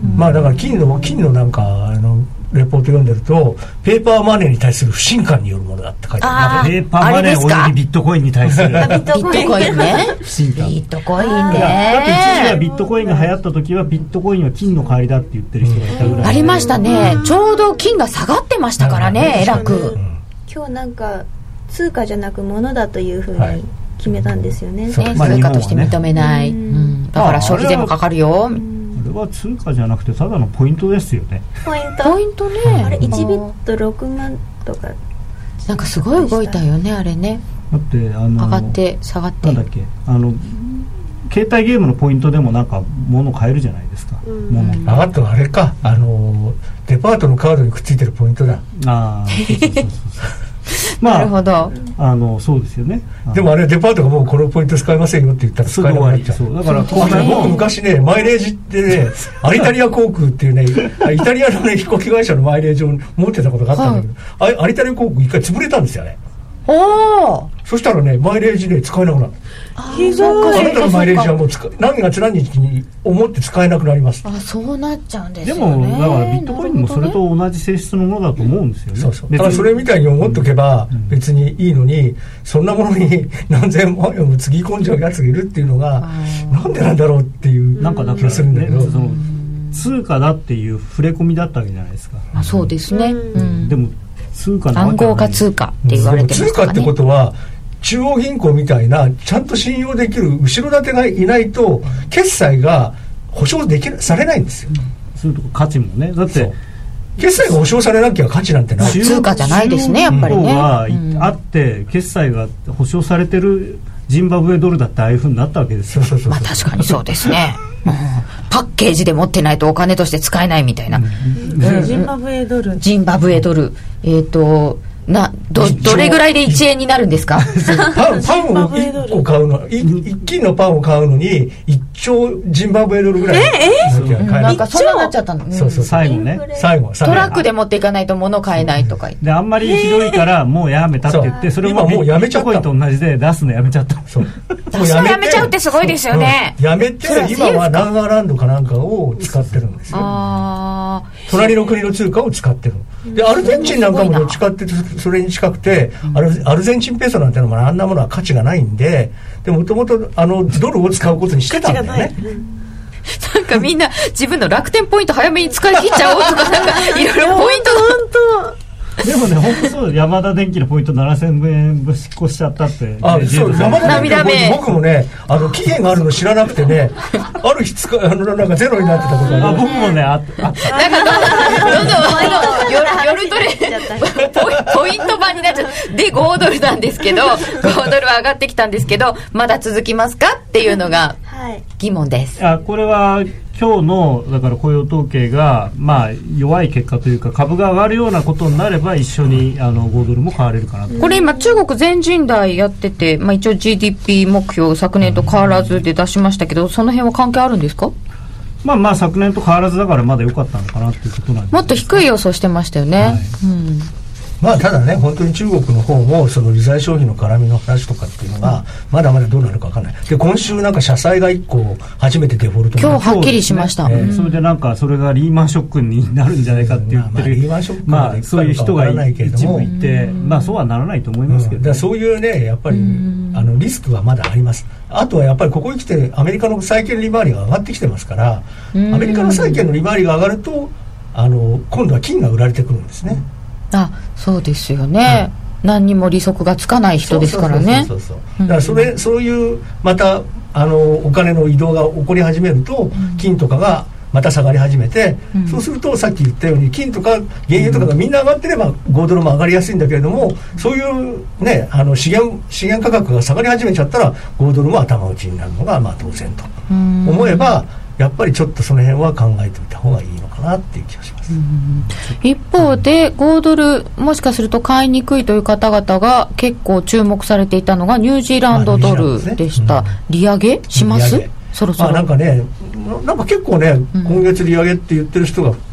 まあだから金の金のなんかあのレポート読んでるとペーパーマネーに対する不信感によるものだって書いてある。 ペーパーマネーおよびビットコインに対するビットビットコインね不信感。 ビットコインね。 だって一時はビットコインが流行った時はビットコインは金の代わりだって言ってる人がいたぐらい、 ありましたね。ちょうど金が下がってましたからね、えらく。 今日なんか通貨じゃなく物だというふうに決めたんとね、 ね、 まあ通貨として認めない、うんうん、だから消費税もかかるよ。 あれは通貨じゃなくてただのポイントですよね。 ポイントポイントね。 あれいちビットろくまんとかなんかすごい動いたよねあれね。 だってあの上がって下がってなんだっけあの携帯ゲームのポイントでもなんか物買えるじゃないですか、うん、物上がったのあれかあのデパートのカードにくっついてるポイントだ。 ああそうそうそうそうまあ、 なるほど。 あのそうですよね。 でもあれデパートがもうこのポイント使えませんよって言ったら使えなくなっちゃう。そうだから僕昔ねマイレージってねアリタリア航空っていうねイタリアの、ね、飛行機会社のマイレージを持ってたことがあったんだけど、はい、あアリタリア航空一回潰れたんですよね。 おそしたらねマイレージね使えなくなる。あなたのマイレージはもう使何月何日に思って使えなくなります。 あそうなっちゃうんですよね。 ね。 でもだからビットコインもそれと同じ性質のものだと思うんですよね。 そうそう。だからそれみたいに思っとけば別にいいのに、うん、そんなものに何千万円もつぎ込んじゃうやつがいるっていうのがなんでなんだろうっていう気がするんだけど、その通貨だっていう触れ込みだったわけじゃないですか。 あそうですね。うん、 でも通貨の暗号化通貨って言われてますからね。 通貨ってことは中央銀行みたいなちゃんと信用できる後ろ盾がいないと決済が保証できるされないんですよ、うん、 そういうとこ価値もねだって決済が保証されなきゃ価値なんてない。 通貨じゃないですねやっぱりね。 はあって決済が保証されてるジンバブエドルだってああいう風になったわけですよ。 そうそうそうそう、 まあ、確かにそうですね、うん、パッケージで持ってないとお金として使えないみたいな、 うんうん、ジンバブエドルジンバブエドルえーとな ど, どれぐらいでいちえんになるんですかパン, パンをいっこ買うのい一斤のパンを買うのにいっちょうジンバブエドルぐらいええなんかそんなになっちゃったの、うん、 そうそう最後ね最後トラックで持っていかないと物買えないとかであんまりひどいからもうやめたって言ってそれももうやめちゃったビットコインと同じで出すのやめちゃったそう出すのやめちゃうってすごいですよね、 うん、やめて今はナンバーランドかなんかを使ってるんですよ。あ隣の国の通貨を使ってるでアルゼンチンなんかもどっちかっていうとそれに近くてアル、アルゼンチンペソなんてのもあんなものは価値がないんででもともとあのドルを使うことにしてたんだよね。 なんかみんな自分の楽天ポイント早めに使い切っちゃおうとかなんかいろいろポイント本当でもね本当そうヤマダ電機のポイントななせんえんぶし越しちゃったって。 あそうヤマダ電機のポイント僕もねあの期限があるの知らなくてねある日使あのなんかゼロになってたことがある。 僕もねああったなんかどんどん夜トレポイント版になっちゃうでごドルなんですけどごドルは上がってきたんですけどまだ続きますかっていうのが疑問です。 あこれは今日のだから雇用統計がまあ弱い結果というか株が上がるようなことになれば一緒にあのごドルも買われるかなと。 これ今中国全人代やってて、まあ、一応 ジーディーピー 目標昨年と変わらずで出しましたけどその辺は関係あるんですか。 まあまあ昨年と変わらずだからまだ良かったのかなっていうことなんです。 もっと低い予想してましたよね、はいうんまあただね本当に中国の方もその利財消費の絡みの話とかっていうのがまだまだどうなるか分かんない。で今週なんか社債がいっこ初めてデフォルト今日はっきりしました、 ねえー、それでなんかそれがリーマンショックになるんじゃないかって言ってる、まあ、まあリーマンショックまあそういう人が一部いてまあそうはならないと思いますけど、ねうん、だからそういうねやっぱりあのリスクはまだあります。あとはやっぱりここに来てアメリカの債券利回りが上がってきてますからアメリカの債券の利回りが上がるとあの今度は金が売られてくるんですね。 あそうですよね、うん、何にも利息がつかない人ですからね。 だからそれ、うん、そういうまたあのお金の移動が起こり始めると、うん、金とかがまた下がり始めて、うん、そうするとさっき言ったように金とか原油とかがみんな上がってればごドルも上がりやすいんだけれども、うん、そういうねあの資源資源価格が下がり始めちゃったらごドルも頭打ちになるのがまあ当然と思えばやっぱりちょっとその辺は考えておいた方がいいのかなっていう気がします。 うん一方でごドルもしかすると買いにくいという方々が結構注目されていたのがニュージーランドドルでした、ねうん、利上げしますそろそろ。 あなんかねなんか結構ね、うん、今月利上げって言ってる人が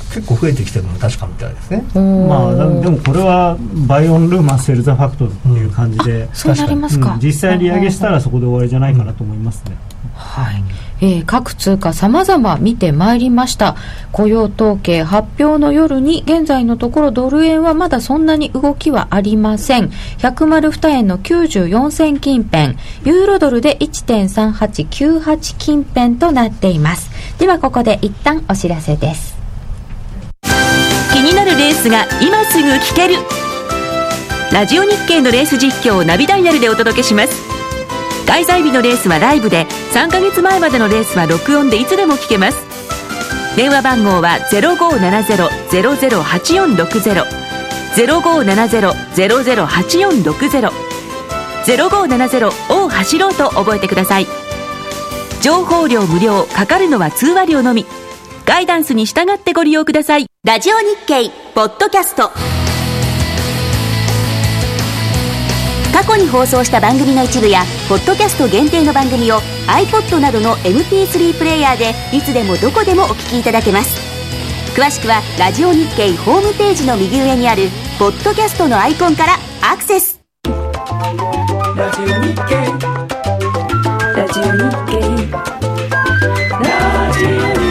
結構増えてきてるのも確かみたいですね。 まあ、でもこれはバイオンルーマンセルザファクトっていう感じで、うん、 そうなりますか、 うん、実際利上げしたらそこで終わりじゃないかなと思いますね。 はい、えー、各通貨様々見てまいりました。雇用統計発表の夜に現在のところドル円はまだそんなに動きはありません。ひゃくにえんのきゅうじゅうよん銭近辺、ユーロドルで いちてんさんはちきゅうはち 近辺となっています。ではここで一旦お知らせです。 気になるレースが今すぐ聞ける。ラジオ日経のレース実況をナビダイヤルでお届けします。開催日のレースはライブで、さんかげつまえまでのレースは録音でいつでも聞けます。電話番号は ゼロごーななゼロ ゼロゼロはちよんろくゼロ ゼロごーななゼロ ゼロゼロはちよんろくゼロ ゼロごーななゼロを走ろうと覚えてください。情報料無料、かかるのは通話料のみ。ガイダンスに従ってご利用ください。ラジオ日経ポッドキャスト、過去に放送した番組の一部やポッドキャスト限定の番組を iPod などの エムピースリー プレイヤーでいつでもどこでもお聞きいただけます。詳しくはラジオ日経ホームページの右上にあるポッドキャストのアイコンからアクセス。ラジオ日経ラジオ日経ラジオ日経。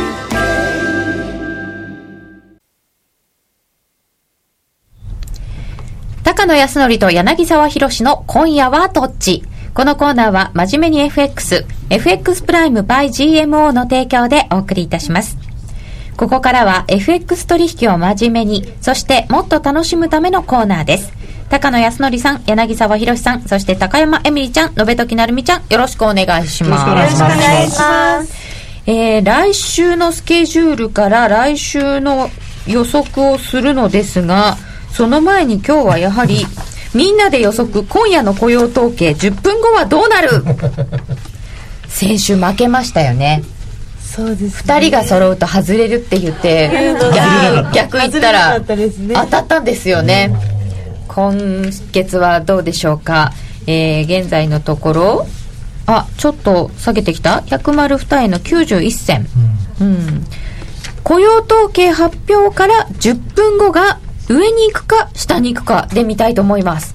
高野康則と柳沢博の今夜はどっち。このコーナーは真面目に エフエックス、エフエックス プライム by ジーエムオー の提供でお送りいたします。ここからは エフエックス 取引を真面目に、そしてもっと楽しむためのコーナーです。高野康則さん、柳沢博さん、そして高山エミリちゃん、延時成美ちゃん、よろしくお願いします。 よろしくお願いします。 えー、来週のスケジュールから来週の予測をするのですが、その前に今日はやはりみんなで予測、今夜の雇用統計じゅっぷんごはどうなる先週負けましたよね。 そうですね、 ふたりが揃うと外れるって言って逆, 逆言ったら当たったんですよね。今月はどうでしょうか。えー、現在のところあちょっと下げてきたひゃくにえんのきゅうじゅういっ銭、うんうん、雇用統計発表からじゅっぷんごが上に行くか下に行くかで見たいと思います。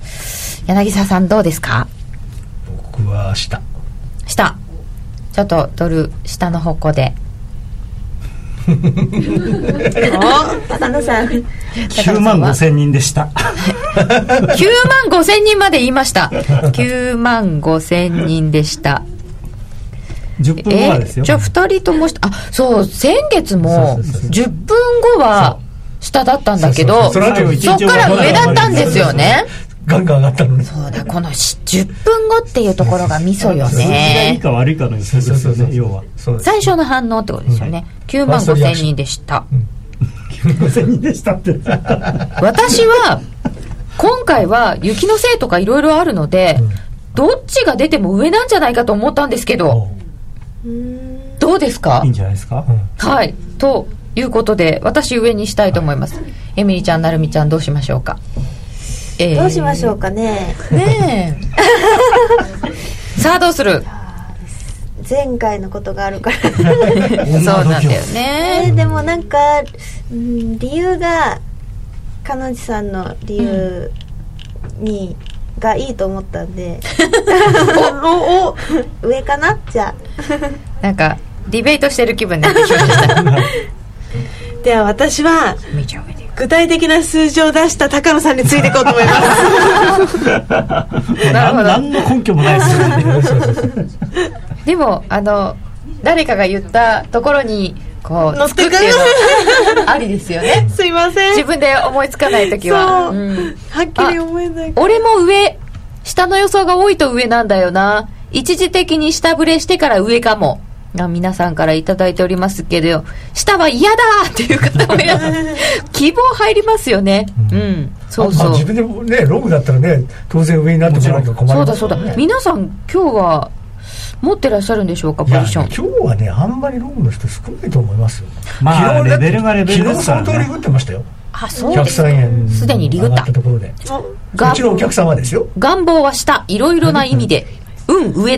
柳沢さんどうですか。 僕は下下、ちょっとドル下の方向でお高野さんきゅうまんごせんにんでしたきゅうまんごせんにんまで言いましたきゅうまんごせんにんでした。 じゅっぷんごはですよ。 えー、じゃあふたりとも下、あそう先月もじゅっぷんごは下だったんだけど、そっから上だったんですよね。 ガンガン上がったのね。 そうだ、このじゅっぷんごっていうところがミソよね。 いいか悪いかの予測ですよね、要は。 最初の反応ってことですよね。きゅうまんごせんにんでした。 きゅうまんごせんにんでしたって。 私は今回は雪のせいとかいろいろあるので、うん、どっちが出ても上なんじゃないかと思ったんですけど、どうですか。 いいんじゃないですか。 うん、はい。ということで私上にしたいと思います。エミリちゃん、なるみちゃんどうしましょうか。 えー、どうしましょうかね。 ねえさあどうする。 前回のことがあるからそうなんだよね、 えー、でもなんか、うん、理由が彼女さんの理由に、うん、がいいと思ったんでおお上かな。じゃあなんかディベートしてる気分になってきましたでは私は具体的な数字を出した高野さんについていこうと思いますなるほど。何の根拠もないですよねでもあの誰かが言ったところにこう乗ってくるありですよねすいません、 自分で思いつかないときは、 うん、はっきり思えない。 俺も上、下の予想が多いと上なんだよな。一時的に下振れしてから上かも。皆さんからいただいておりますけど、下は嫌だっていう方も希望入りますよね。うん、うん、そうそう。 まあ、自分でもねロングだったらね当然上になってもらうと困ります、ね、 そうだそうだ。皆さん今日は持ってらっしゃるんでしょうか、ポジション。 今日はねあんまりロングの人少ないと思いますよ。 まあレベルがレベルですからね。 昨日相当リグってましたよ。 あ、そうですか。 ひゃくさんえんすでにリグった。 上がったところで。うちのお客様ですよ。 願望は下、いろいろな意味で運上だ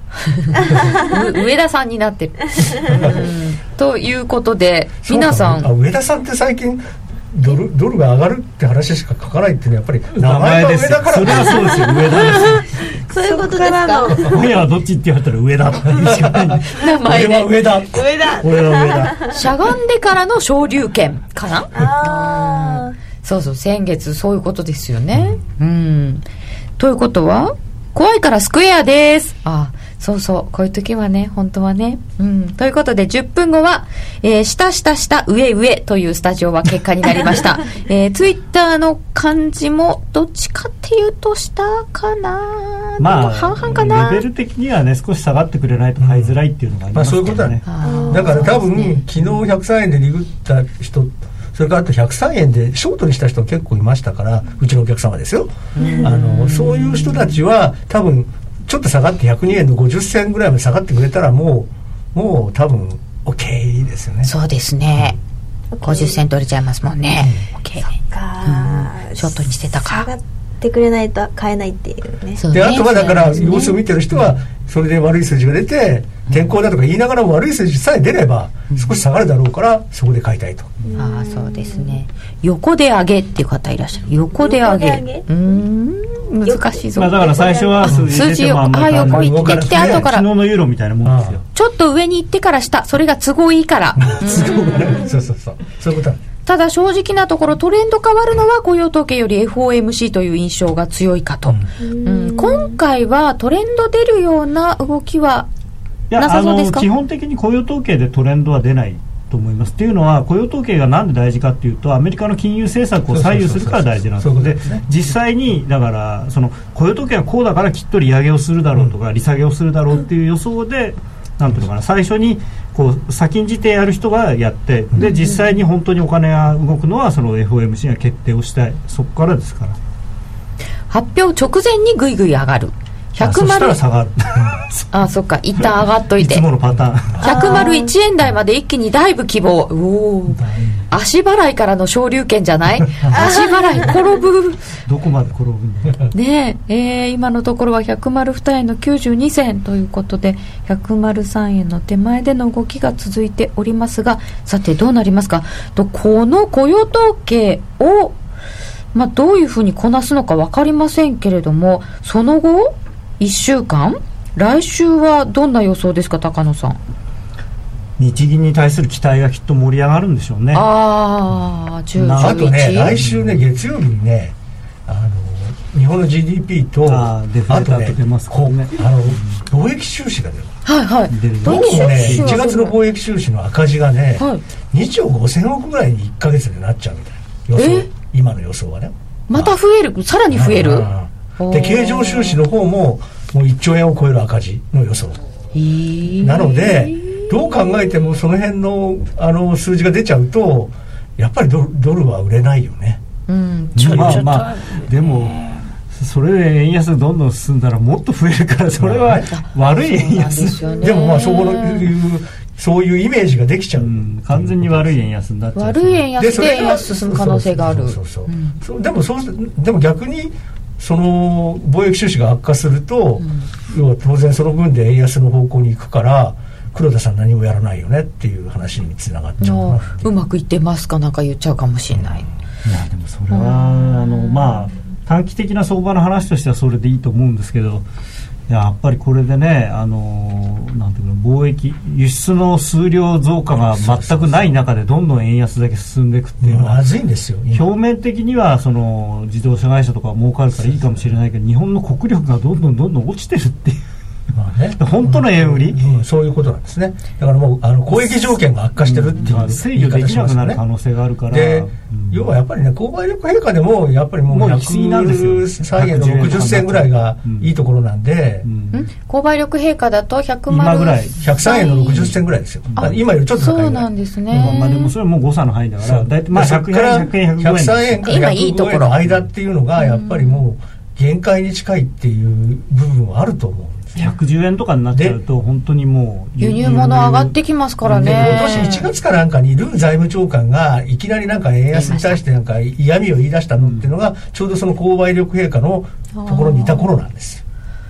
上田さんになってるうんということで皆さんあ上田さんって最近ドル、ドルが上がるって話しか書かないっていうのはやっぱり名前が上田からそれはそうですよ上田ですそういうことですか。 今夜はどっちって言われたら上田名前で俺は上田上だ。 俺は上田しゃがんでからの昇竜拳かな。 あそうそう先月そういうことですよね。うん、うん、ということは怖いからスクエアです。ああそうそうこういう時はね本当はね、うん、ということでじゅっぷんごは、えー、下下下上上というスタジオは結果になりました、えー、ツイッターの感じもどっちかっていうと下かな、 まあ半々かな。 レベル的にはね少し下がってくれないと買いづらいっていうのがありますけどね、 まあ、そういうことだね。だから多分、ね、昨日ひゃくさんえんでリグった人それからあとひゃくさんえんでショートにした人結構いましたからうちのお客様ですよ。あのそういう人たちは多分ちょっと下がってひゃくにえんのごじゅっせんぐらいまで下がってくれたらもうもう多分 OK ですよね。 そうですね、うん、ごじゅっせん取れちゃいますもんね、うん、OK か、 うん、ショートにしてたか下がってくれないと買えないっていうね。 であとはだから様子を見てる人はそれで悪い数字が出て天候だとか言いながらも悪い数字さえ出れば少し下がるだろうからそこで買いたいと。 ああそうですね。横で上げっていう方いらっしゃる。横で上げうーん難しいぞ、 まあ、だから最初は数字出てもあんまり横行ってきて後から昨日のユーロみたいなもんですよ。 ちょっと上に行ってから下それが都合いいから都合がねそうそうそうそういうことだ。 ただ正直なところトレンド変わるのは雇用統計より エフオーエムシー という印象が強いかと、うんうん、今回はトレンド出るような動きはなさそうですか。 いやあの基本的に雇用統計でトレンドは出ないと思います。っていうのは雇用統計がなんで大事かっていうとアメリカの金融政策を左右するから大事なんです。で実際にだからその雇用統計はこうだからきっと利上げをするだろうとか、うん、利下げをするだろうっていう予想でなんていうのかな最初にこう先んじてやる人がやってで実際に本当にお金が動くのはその エフオーエムシー が決定をしたいそこからですから。 発表直前にぐいぐい上がるひゃくそしたら下がるあそっか一旦上がっといていつものパターンひゃくいちえん台まで一気にだいぶ希望。おお足払いからの昇竜拳じゃない足払い転ぶどこまで転ぶんだねええー、今のところはひゃくにえんのきゅうじゅうにせんということでひゃくさんえんの手前での動きが続いておりますがさてどうなりますかとこの雇用統計を、まあ、どういうふうにこなすのか分かりませんけれどもその後いっしゅうかん来週はどんな予想ですか高野さん。 日銀に対する期待がきっと盛り上がるんでしょうね。 ああじゅうにちあとね来週ね月曜日にねあの日本の ジーディーピー と あ, あとねこうねあの貿易収支が出る。 はいはいどうもねいちがつの貿易収支の赤字がね、はい、にちょうごせんおくぐらいにいっかげつでなっちゃうみたいな予想。今の予想はねまた増えるさらに増える。 で経常収支の方ももういっちょうえんを超える赤字の予想なのでどう考えてもその辺 の, あの数字が出ちゃうとやっぱり ド, ドルは売れないよね、 うん、 まあまあでもそれで円安どんどん進んだらもっと増えるからそれは悪い円安 で, でもまあそういうそういうイメージができちゃう、うん、 完全に悪い円安になっちゃう。 悪い円安で円安進む可能性がある。 でもそうでも逆にその貿易収支が悪化すると、うん、要は当然その分で円安の方向に行くから黒田さん何もやらないよねっていう話につながっちゃうな。 うまくいってますかなんか言っちゃうかもしれない、 うん、いやでもそれはあのまあ短期的な相場の話としてはそれでいいと思うんですけどやっぱりこれでねあのなんていうの貿易輸出の数量増加が全くない中でどんどん円安だけ進んでいくっていうのはまずいんですよ。 表面的にはその自動車会社とか儲かるからいいかもしれないけど日本の国力がどんどんどんどん落ちてるっていうまあね、本当の円売り、 うんうん、そういうことなんですね。だからもうあの公益条件が悪化してるっていう、うん、 制御できなくなる可能性があるからで、うん、要はやっぱりね購買力陛下でもやっぱりもうひゃくさんえんのろくじゅっせんぐらいがいいところなんで、うんうん、購買力陛下だとひゃく今ぐらいひゃくさんえんのろくじゅっせんぐらいですよ。今よりちょっと高いぐらい。 そうなんですね。 まあでもそれはもう誤差の範囲だからだいたいまあひゃくえんひゃくえんひゃくさんえんからひゃくごえんの間っていうのがやっぱりもう限界に近いっていう部分はあると思う。 ひゃくじゅうえんとかになっちゃうと本当にもう輸入物上がってきますからね。 今年いちがつかなんかにルー財務長官がいきなりなんか円安に対してなんか嫌味を言い出したのっていうのがちょうどその購買力陛下のところにいた頃なんですよ。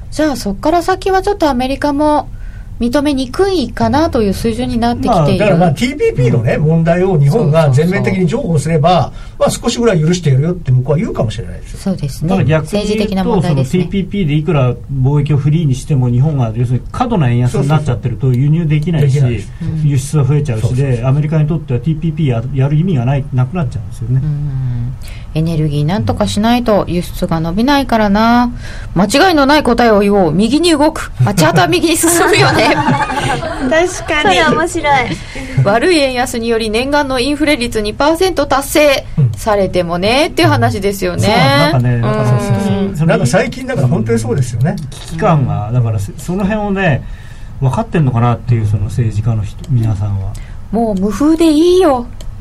じゃあそこから先はちょっとアメリカも認めにくいかなという水準になってきている、 まあ、だからまあ ティーピーピー のね、うん、問題を日本が全面的に譲歩すれば、まあ、少しぐらい許してやるよって向こうは言うかもしれないですよ。 そうですね。 だから逆に言うと、その ティーピーピー でいくら貿易をフリーにしても日本が要するに過度な円安になっちゃってると輸入できないし、輸出は増えちゃうしで、アメリカにとっては ティーピーピー や, やる意味がないなくなっちゃうんですよね。 うんエネルギーなんとかしないと輸出が伸びないからな。間違いのない答えを言おう。右に動く。あ、チャートは右に進むよね。 確かに。それ面白い。 悪い円安により念願のインフレ率 にパーセント 達成されてもねっていう話ですよね。 なんかね、なんかそうそうそう。なんか最近だから本当にそうですよね。 危機感がだからその辺をね分かってんのかなっていう、その政治家の人皆さんは。 もう無風でいいよ。うん、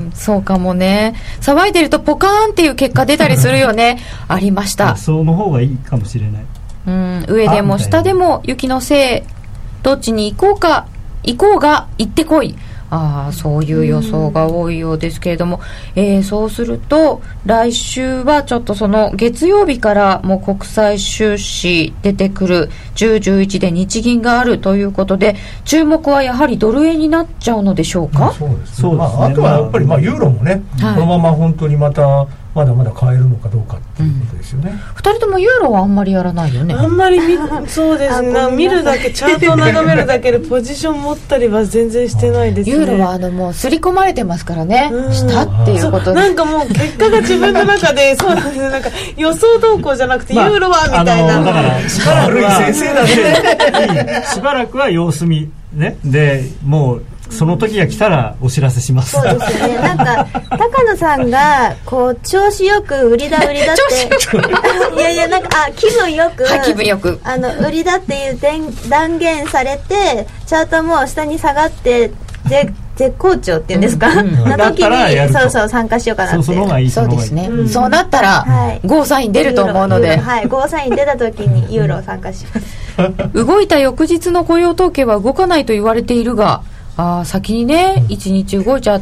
そうかもね。騒いでるとポカーンっていう結果出たりするよね。ありました。 その方がいいかもしれない。 うん、上でも下でも雪のせい、どっちに行こうか行こうが行ってこい。ああ、そういう予想が多いようですけれども、えー、そうすると来週はちょっとその月曜日からもう国際収支出てくる、じゅう、じゅういちで日銀があるということで、注目はやはりドル円になっちゃうのでしょうか。 そうですね。まあ、あとはやっぱりまあユーロもね、はい、このまま本当にまたまだまだ買えるのかどうかっていうことですよね。 ふたりともユーロはあんまりやらないよね。 あんまり見そうですね。見るだけ、チャートを眺めるだけでポジション持ったりは全然してないですね。 ユーロはあのもう刷り込まれてますからね、したっていうことで、 なんかもう結果が自分の中でそうなんですよ。なんか予想動向じゃなくてユーロはみたいな、 まあ、だからしばらくは先生だねしばらくは様子見ねで、もうその時が来たらお知らせします。 そうですよね。なんか高野さんがこう調子よく売りだ売りだっていやいや、なんかあ気分よく、 はい、気分よくあの売りだっていう断言されて、チャートも下に下がって絶絶好調っていうんですか、うんうん、の時にそうそう参加しようかなって。 そう、その方がいい。 そうですね、うん、そうなったら、はい、ゴーサイン出ると思うので、 はい、ゴーサイン出た時にユーロ参加します動いた翌日の雇用統計は動かないと言われているが、あ先にね、うん、いちにち動いちゃって、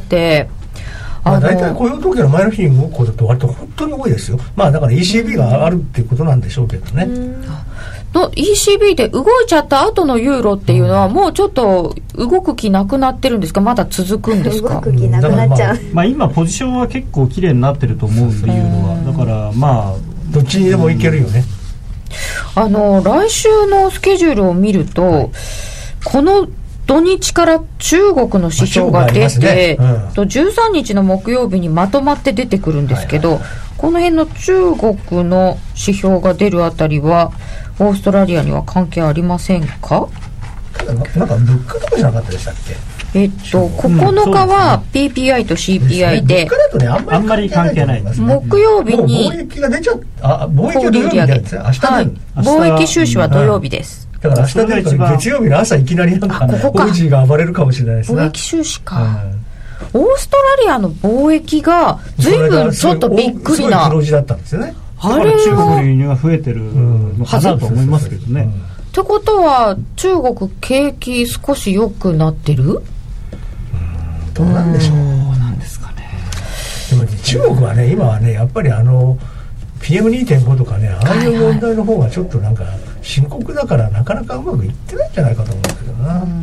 まあ、大体雇用統計の前の日に動くことって割と本当に多いですよ。まあだから イーシービー があるっていうことなんでしょうけどね。 の イーシービー で動いちゃった後のユーロっていうのはもうちょっと動く気なくなってるんですか、まだ続くんですか。 動く気なくなっちゃう、 まあ、まあ今ポジションは結構綺麗になってると思うんで、ユーロはだからまあどっちにでもいけるよね。 あの来週のスケジュールを見ると、はい、この土日から中国の指標が出て、まあね、うん、じゅうさんにちの木曜日にまとまって出てくるんですけど、はいはいはい、この辺の中国の指標が出るあたりはオーストラリアには関係ありませんか。 なんか物価とかじゃなかったでしたっけ。 えっとここのかは ピーピーアイ と シーピーアイ で、 物価だとねあんまり関係ないですね。 木曜日に貿易が出ちゃっあ貿易が土曜日ですね。明日の、はい、 貿易収支は土曜日です、 だから明日出るから月曜日の朝いきなりなんかオウジが暴れるかもしれないですね。 貿易収支か、うん、オーストラリアの貿易が随分ちょっとびっくりな、 すごい黒字だったんですよね。 あれは中国の輸入が増えてるのかなと思いますけどね。 ってことは中国景気少し良くなってる？うん、 どうなんでしょう。 なんですかね。 でもね、中国はね今はねやっぱりあの ピーエムにてんご とかね、ああいう問題の方がちょっとなんか深刻だからなかなかうまくいってないんじゃないかと思うんだけどな。うん、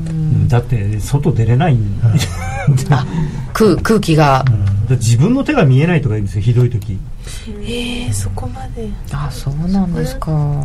だって外出れないんだ、うん、 あ 空, 空気が、 うん、自分の手が見えないとか言うんですよ、ひどい時。 えー、そこまで。 あ、そうなんですか。うん、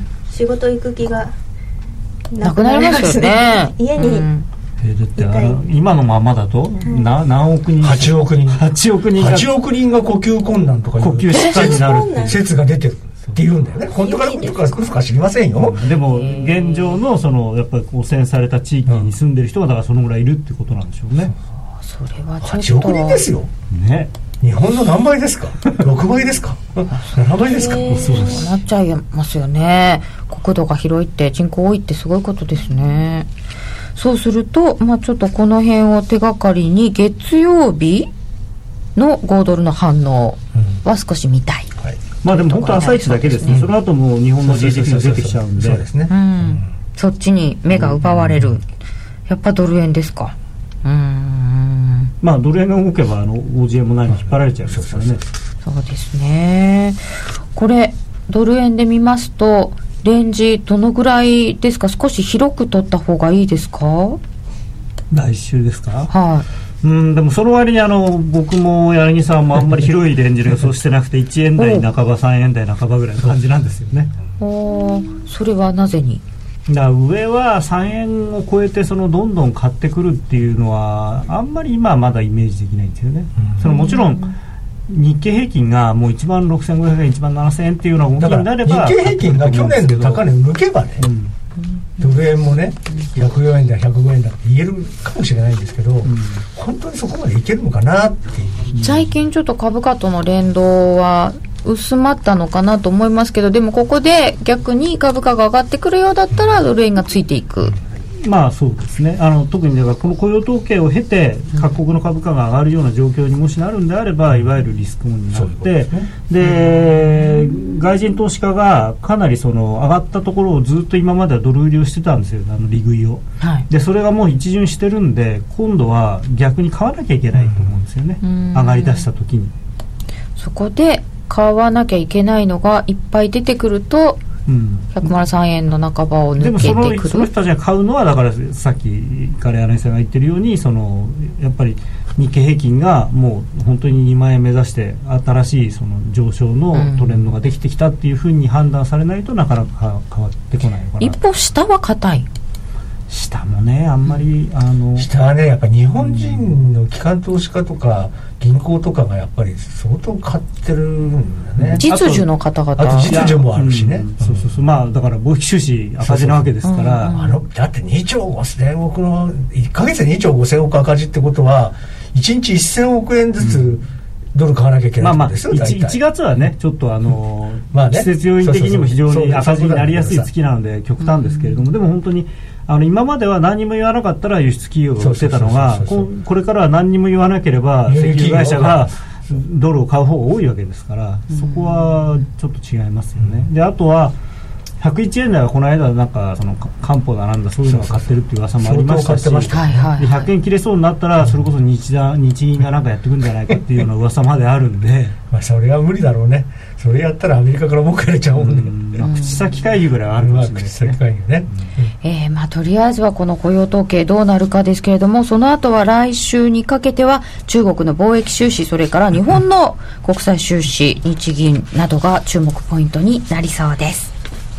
仕事行く気がなくなりますよね家に、うん、 えー、だってあの今のままだと、うん、な何億人はちおくにんはちおくにんがはちおくにんが呼吸困難とかいう呼吸疾患になるって説が出てるって言うんだよね。本当かどうか嘘か知りませんよ、 うん、でも現状のそのやっぱり汚染された地域に住んでる人がだからそのぐらいいるってことなんでしょうね、 うん、それはちょっとはちおくにんですよね。 日本の何倍ですかろくばいですかななばいですか。 そうなっちゃいますよね。国土が広いって人口多いってすごいことですね。そうすると、まあ、ちょっとこの辺を手がかりに月曜日のごドルの反応は少し見たい、 うん、はい、まあでも本当朝一だけですね、うん、その後もう日本の ジーディーピー が出てきちゃうんで、 そうですね、 うん、そっちに目が奪われる、うん、やっぱドル円ですか。うーん、 まあドル円が動けばあの オージーエムナイン に引っ張られちゃうんですからね。 そうですね。これドル円で見ますとレンジどのぐらいですか？少し広く取った方がいいですか？ 来週ですか？ はい、 うん、でもその割にあの僕も柳さんもあんまり広いレンジの予想してなくていちえん台半ばさんえん台半ばぐらいの感じなんですよね。 おそれはなぜに？ だから上はさんえんを超えてそのどんどん買ってくるっていうのはあんまり今はまだイメージできないんですよね。そのもちろん日経平均がもういちまんろくせんごひゃくえんいちまんななせんえんっていうような動きになれば、 日経平均が去年で高値を抜けばね、うんドル円もねひゃくよえんだひゃくごえんだって言えるかもしれないんですけど、うん、本当にそこまでいけるのかなっていう、 うん、最近ちょっと株価との連動は薄まったのかなと思いますけど、でもここで逆に株価が上がってくるようだったらドル円がついていく。 まあそうですね。あの特にだからこの雇用統計を経て各国の株価が上がるような状況にもしなるんであれば、いわゆるリスクオンになって、で外人投資家がかなりその上がったところをずっと今まではドル売りをしてたんですよ、あの利食いを、はい、でそれがもう一巡してるんで、今度は逆に買わなきゃいけないと思うんですよね、上がり出した時に。そこで買わなきゃいけないのがいっぱい出てくると、うん、ひゃくさんえんの半ばを抜けてくる。でもその、 その人たちが買うのはだからさっきから柳さんが言ってるように、そのやっぱり日経平均がもう本当ににまんえん目指して新しいその上昇のトレンドができてきたっていうふうに判断されないとなかなか変わってこないのかな。 一方下は硬い。 下もねあんまり、うん、あの下はねやっぱり日本人の機関投資家とか銀行とかがやっぱり相当買ってるんだね。 実需の方々、 あと実需もあるしね、 うん、そうそうそう、まあだから貿易収支赤字なわけですから、 あのだってにちょうごせんおくのいっかげつでにちょうごせんおく赤字ってことはいちにちせんおくえんずつ、うんドル買わなきゃいけないんですよ。 まあまあ 1, いちがつはねちょっとあの、うんまあね、季節要因的にも非常に赤字になりやすい月なので極端ですけれども、でも本当にあの今までは何も言わなかったら輸出企業が売ってたのが、これからは何にも言わなければ石油会社がドルを買う方が多いわけですから、そこはちょっと違いますよね。であとはひゃくいちえん台はこの間なんかその漢方だなんだそういうのが買ってるっていう噂もありましたし、でひゃくえん切れそうになったらそれこそ日だ日銀がなんかやってくるんじゃないかっていうような噂まであるんでまあそれは無理だろうね。それやったらアメリカから僕やれちゃうんで、うんまあ、口先会議ぐらいはあるかもしれないですね。 口先会議ね、 うんえーまあ、とりあえずはこの雇用統計どうなるかですけれども、その後は来週にかけては中国の貿易収支、それから日本の国際収支、日銀などが注目ポイントになりそうです。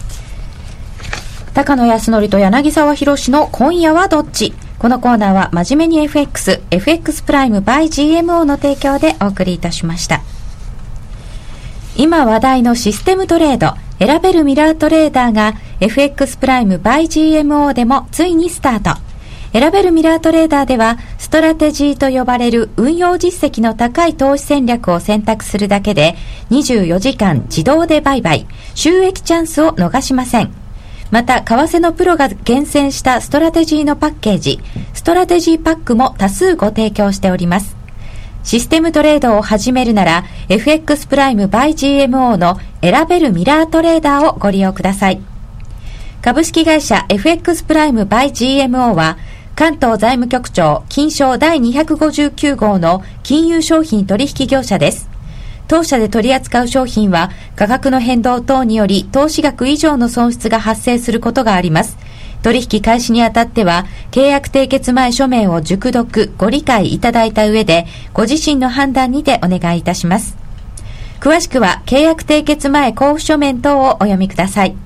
高野康則と柳沢博の今夜はどっち。このコーナーは真面目に エフエックス、エフエックス プライム by ジーエムオー の提供でお送りいたしました。今話題のシステムトレード、選べるミラートレーダーが エフエックス プライム by ジーエムオー でもついにスタート。選べるミラートレーダーではストラテジーと呼ばれる運用実績の高い投資戦略を選択するだけでにじゅうよじかん自動で売買、収益チャンスを逃しません。また、為替のプロが厳選したストラテジーのパッケージ、ストラテジーパックも多数ご提供しております。システムトレードを始めるなら、エフエックス プライム by ジーエムオー の選べるミラートレーダーをご利用ください。株式会社 エフエックス プライム by ジーエムオー は、関東財務局長金商だいにひゃくごじゅうきゅう号の金融商品取引業者です。当社で取り扱う商品は価格の変動等により投資額以上の損失が発生することがあります。取引開始にあたっては契約締結前書面を熟読ご理解いただいた上でご自身の判断にてお願いいたします。詳しくは契約締結前交付書面等をお読みください。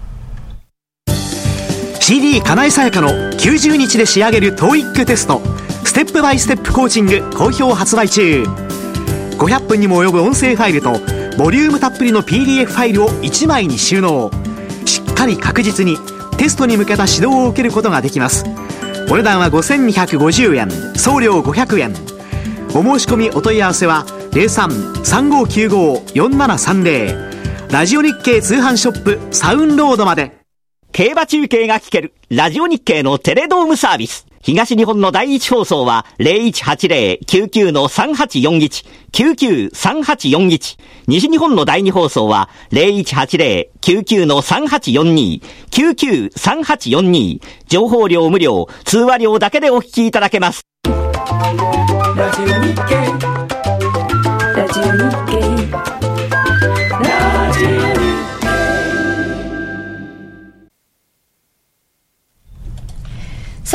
シーディー 金井さやかのきゅうじゅうにちで仕上げる トーイック テストステップバイステップコーチング好評発売中。ごひゃっぷんにも及ぶ音声ファイルとボリュームたっぷりの ピーディーエフ ファイルをいちまいに収納。しっかり確実にテストに向けた指導を受けることができます。お値段はごせんにひゃくごじゅうえん、送料ごひゃくえん。お申し込みお問い合わせは ゼロさん さんごきゅうご よんななさんゼロ ラジオ日経通販ショップサウンロードまで。 競馬中継が聞けるラジオ日経のテレドームサービス。東日本の第一放送は ゼロいちはちゼロ きゅうきゅう さんはちよんいち きゅうきゅう さんはちよんいち。西日本の第二放送は ゼロいちはちゼロ きゅうきゅう さんはちよんに きゅうきゅう さんはちよんに。情報料無料、通話料だけでお聞きいただけます。ラジオ日経ラジオ日経ラジオ日経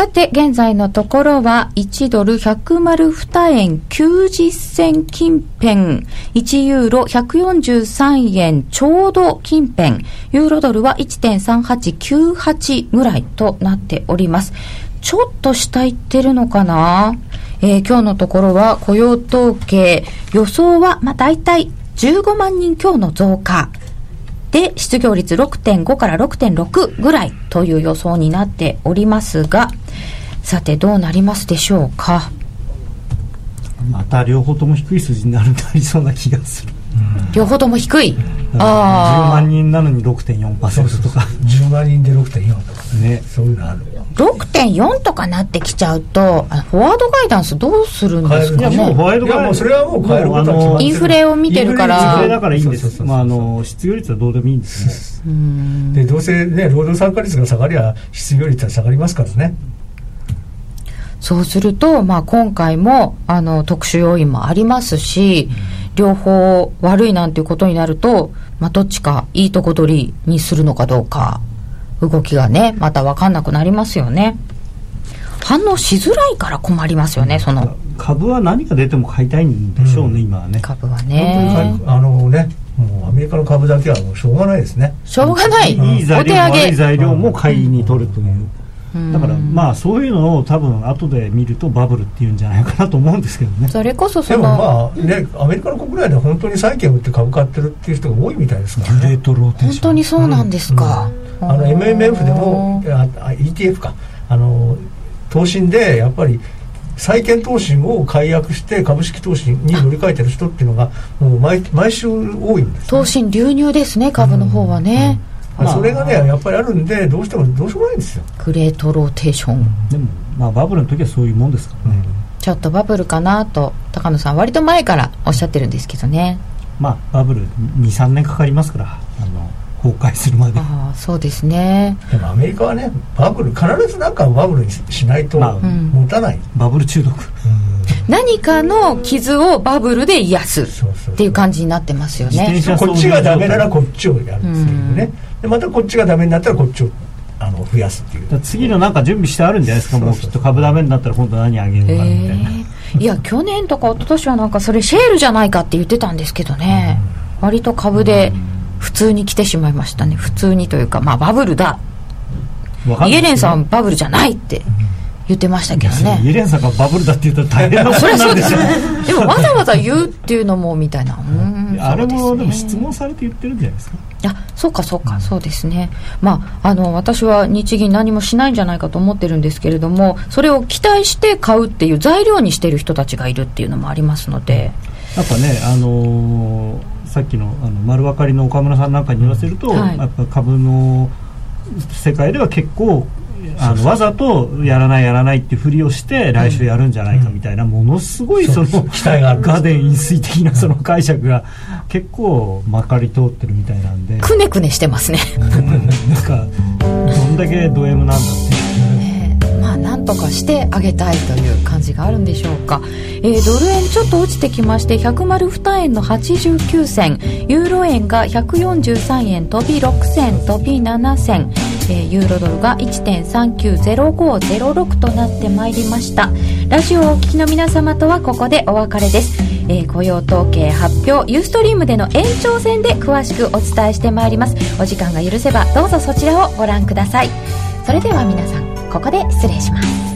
さて現在のところはいちドルひゃくにえんきゅうじゅっ銭近辺、いちユーロひゃくよんじゅうさんえんちょうど近辺、ユーロドルは いってんさんはちきゅうはち ぐらいとなっております。ちょっと下行ってるのかな。えー、今日のところは雇用統計予想はまあ大体じゅうごまんにん強の増加で、失業率 ろくてんご から ろくてんろく ぐらいという予想になっておりますが、さてどうなりますでしょうか。 また両方とも低い数字になるなりそうな気がする、 うん、両方とも低い。 あじゅうまんにんなのに ろくてんよんパーセント とか、 じゅうまんにんで ろくてんよん とかね、そういうのある。 ろくてんよん とかなってきちゃうと、あのフォワードガイダンスどうするんですかね。 いやもうフォワードガイダンス、いやもうそれはもう変えることは決まってる。 インフレを見てるから、 インフレだからいいんです。まああの失業率はどうでもいいんですね。 うんでどうせね労働参加率が下がりゃ失業率は下がりますからね。 そうすると、まあ、今回もあの特殊要因もありますし、うん、両方悪いなんていうことになると、まあ、どっちかいいとこ取りにするのかどうか動きがねまた分かんなくなりますよね。反応しづらいから困りますよね。その株は何が出ても買いたいんでしょうね、うん、今はね。 株はねあのねもうアメリカの株だけはもうしょうがないですね。 しょうがない、 うん、いい材料も悪い材料も買いに取るという、うん、だからまあそういうのを多分後で見るとバブルっていうんじゃないかなと思うんですけどね。 それこそそのでもまあねアメリカの国内では本当に債券を売って株買ってるっていう人が多いみたいですからね。 グレートローテーション。 本当にそうなんですか、 うんうん、あの エムエムエフ でもあ イーティーエフ かあの投信でやっぱり債券投資を解約して株式投資に乗り換えてる人っていうのがもう 毎, 毎週多いんです、ね、 投信流入ですね株の方はね、 うんうんまあ、それがねやっぱりあるんでどうしてもどうしようもないんですよ。 グレートローテーション、うん、 でも、まあ、バブルの時はそういうもんですからね、うん、 ちょっとバブルかなと高野さん割と前からおっしゃってるんですけどね。 まあバブル にさんねんかかりますからあの崩壊するまで。 ああそうですね。 でもアメリカはねバブル必ずなんかバブルにしないと持たない、 まあ、バブル中毒、うん、 何かの傷をバブルで癒すっていう感じになってますよね。 こっちがダメならこっちをやるっていうね、うん、でまたこっちがダメになったらこっちをあの増やすっていう。 次のなんか準備してあるんじゃないですか。もうきっと株ダメになったら今度何あげるのかみたいな、えー、いや去年とか一昨年はなんかそれシェールじゃないかって言ってたんですけどね、うん、割と株で普通に来てしまいましたね。普通にというか、まあ、バブルだ、イエレンさんバブルじゃないって言ってましたけどね。 イエレンさんがバブルだって言ったら大変なことなんですよでもわざわざ言うっていうのもみたいな、うんあれもでも質問されて言ってるんじゃないですか。 あそうかそうか、うん、そうですね。まああの私は日銀何もしないんじゃないかと思ってるんですけれども、それを期待して買うっていう材料にしている人たちがいるっていうのもありますので、 やっぱねあのーさっき の, あの丸分かりの岡村さんなんかに言わせると、はい、やっぱ株の世界では結構あのわざとやらないやらないっていうふりをして来週やるんじゃないかみたいな、うん、ものすごいその期待があるガーデン飲水的なその解釈が結構まかり通ってるみたいなんでくねくねしてますねなんかどんだけド M なんだってなんとかしてあげたいという感じがあるんでしょうか。えー、ドル円ちょっと落ちてきましてひゃくにえんのはちじゅうきゅう銭、ユーロ円がひゃくよんじゅうさんえん飛びろく銭飛びなな銭、えー、ユーロドルが いちてんさんきゅうゼロごゼロろく となってまいりました。ラジオをお聞きの皆様とはここでお別れです。えー、雇用統計発表ユーストリームでの延長戦で詳しくお伝えしてまいります。お時間が許せばどうぞそちらをご覧ください。それでは皆さんここで失礼します。